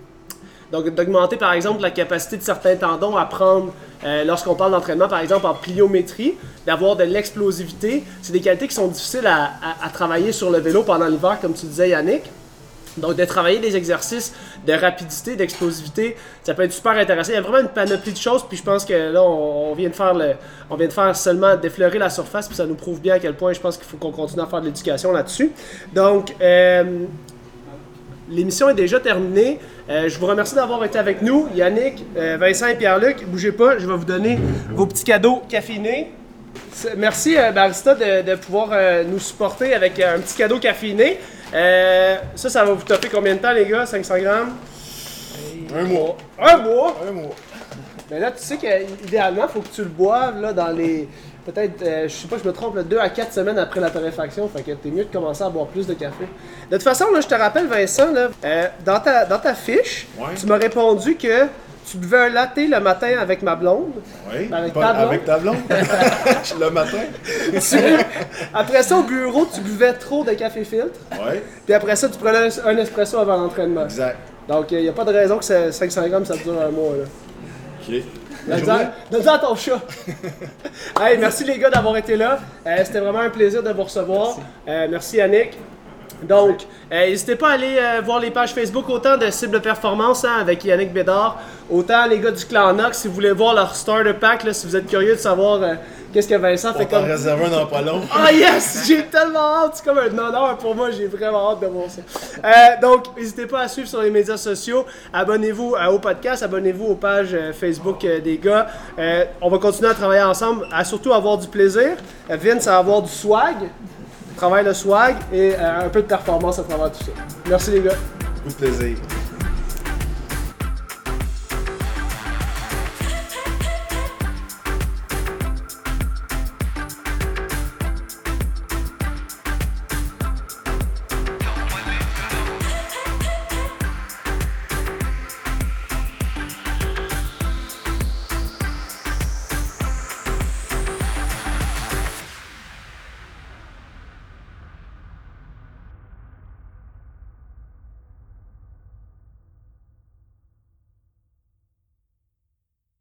A: Donc, d'augmenter, par exemple, la capacité de certains tendons à prendre, euh, lorsqu'on parle d'entraînement, par exemple, en pliométrie, d'avoir de l'explosivité. C'est des qualités qui sont difficiles à, à- à travailler sur le vélo pendant l'hiver, comme tu disais, Yannick. Donc, de travailler des exercices de rapidité, d'explosivité, ça peut être super intéressant. Il y a vraiment une panoplie de choses, puis je pense que là, on, on vient de faire le, on vient de faire seulement d'effleurer la surface, puis ça nous prouve bien à quel point je pense qu'il faut qu'on continue à faire de l'éducation là-dessus. Donc, euh, l'émission est déjà terminée. Euh, je vous remercie d'avoir été avec nous. Yannick, euh, Vincent et Pierre-Luc, bougez pas, je vais vous donner vos petits cadeaux caféinés. C'est- Merci euh, Barista de, de pouvoir euh, nous supporter avec euh, un petit cadeau caféiné. Euh, ça, ça va vous taper combien de temps, les gars? cinq cents grammes?
C: Un mois.
A: Un mois?
C: Un mois.
A: Mais là, tu sais qu'idéalement, il faut que tu le boives là, dans les. Peut-être, euh, je sais pas, je me trompe, deux à quatre semaines après la torréfaction. Fait que t'es mieux de commencer à boire plus de café. De toute façon, là, je te rappelle, Vincent, là, euh, dans, ta, dans ta fiche,
C: Ouais.
A: tu m'as répondu que tu buvais un latte le matin avec ma blonde.
C: Oui.
A: Avec
C: Pas-
A: ta blonde?
C: avec ta blonde. Le matin.
A: Tu- après ça, au bureau, tu buvais trop de café filtre.
C: Oui.
A: Puis après ça, tu prenais un, un espresso avant l'entraînement.
C: Exact.
A: Donc, il n'y a pas de raison que ça- cinq cents grammes, ça dure un mois. Là.
C: OK.
A: Donne-en donne-en à ton chat. Hey, merci les gars d'avoir été là. Euh, C'était vraiment un plaisir de vous recevoir. Euh, merci Yannick. Donc, euh, n'hésitez pas à aller euh, voir les pages Facebook autant de Cible Performance hein, avec Yannick Bédard, autant les gars du Clan Nox, si vous voulez voir leur starter pack, là, si vous êtes curieux de savoir euh, qu'est-ce que Vincent
C: On
A: fait
C: t'en
A: comme...
C: réserve un dans pas long.
A: Ah yes! J'ai tellement hâte! C'est comme un honneur pour moi, j'ai vraiment hâte de voir ça. Euh, donc, n'hésitez pas à suivre sur les médias sociaux. Abonnez-vous euh, au podcast, abonnez-vous aux pages euh, Facebook euh, des gars. Euh, on va continuer à travailler ensemble, à surtout avoir du plaisir. Euh, Vince, à avoir du swag. Travaille le swag et euh, un peu de performance à travers tout ça. Merci les gars.
C: Beaucoup de plaisir.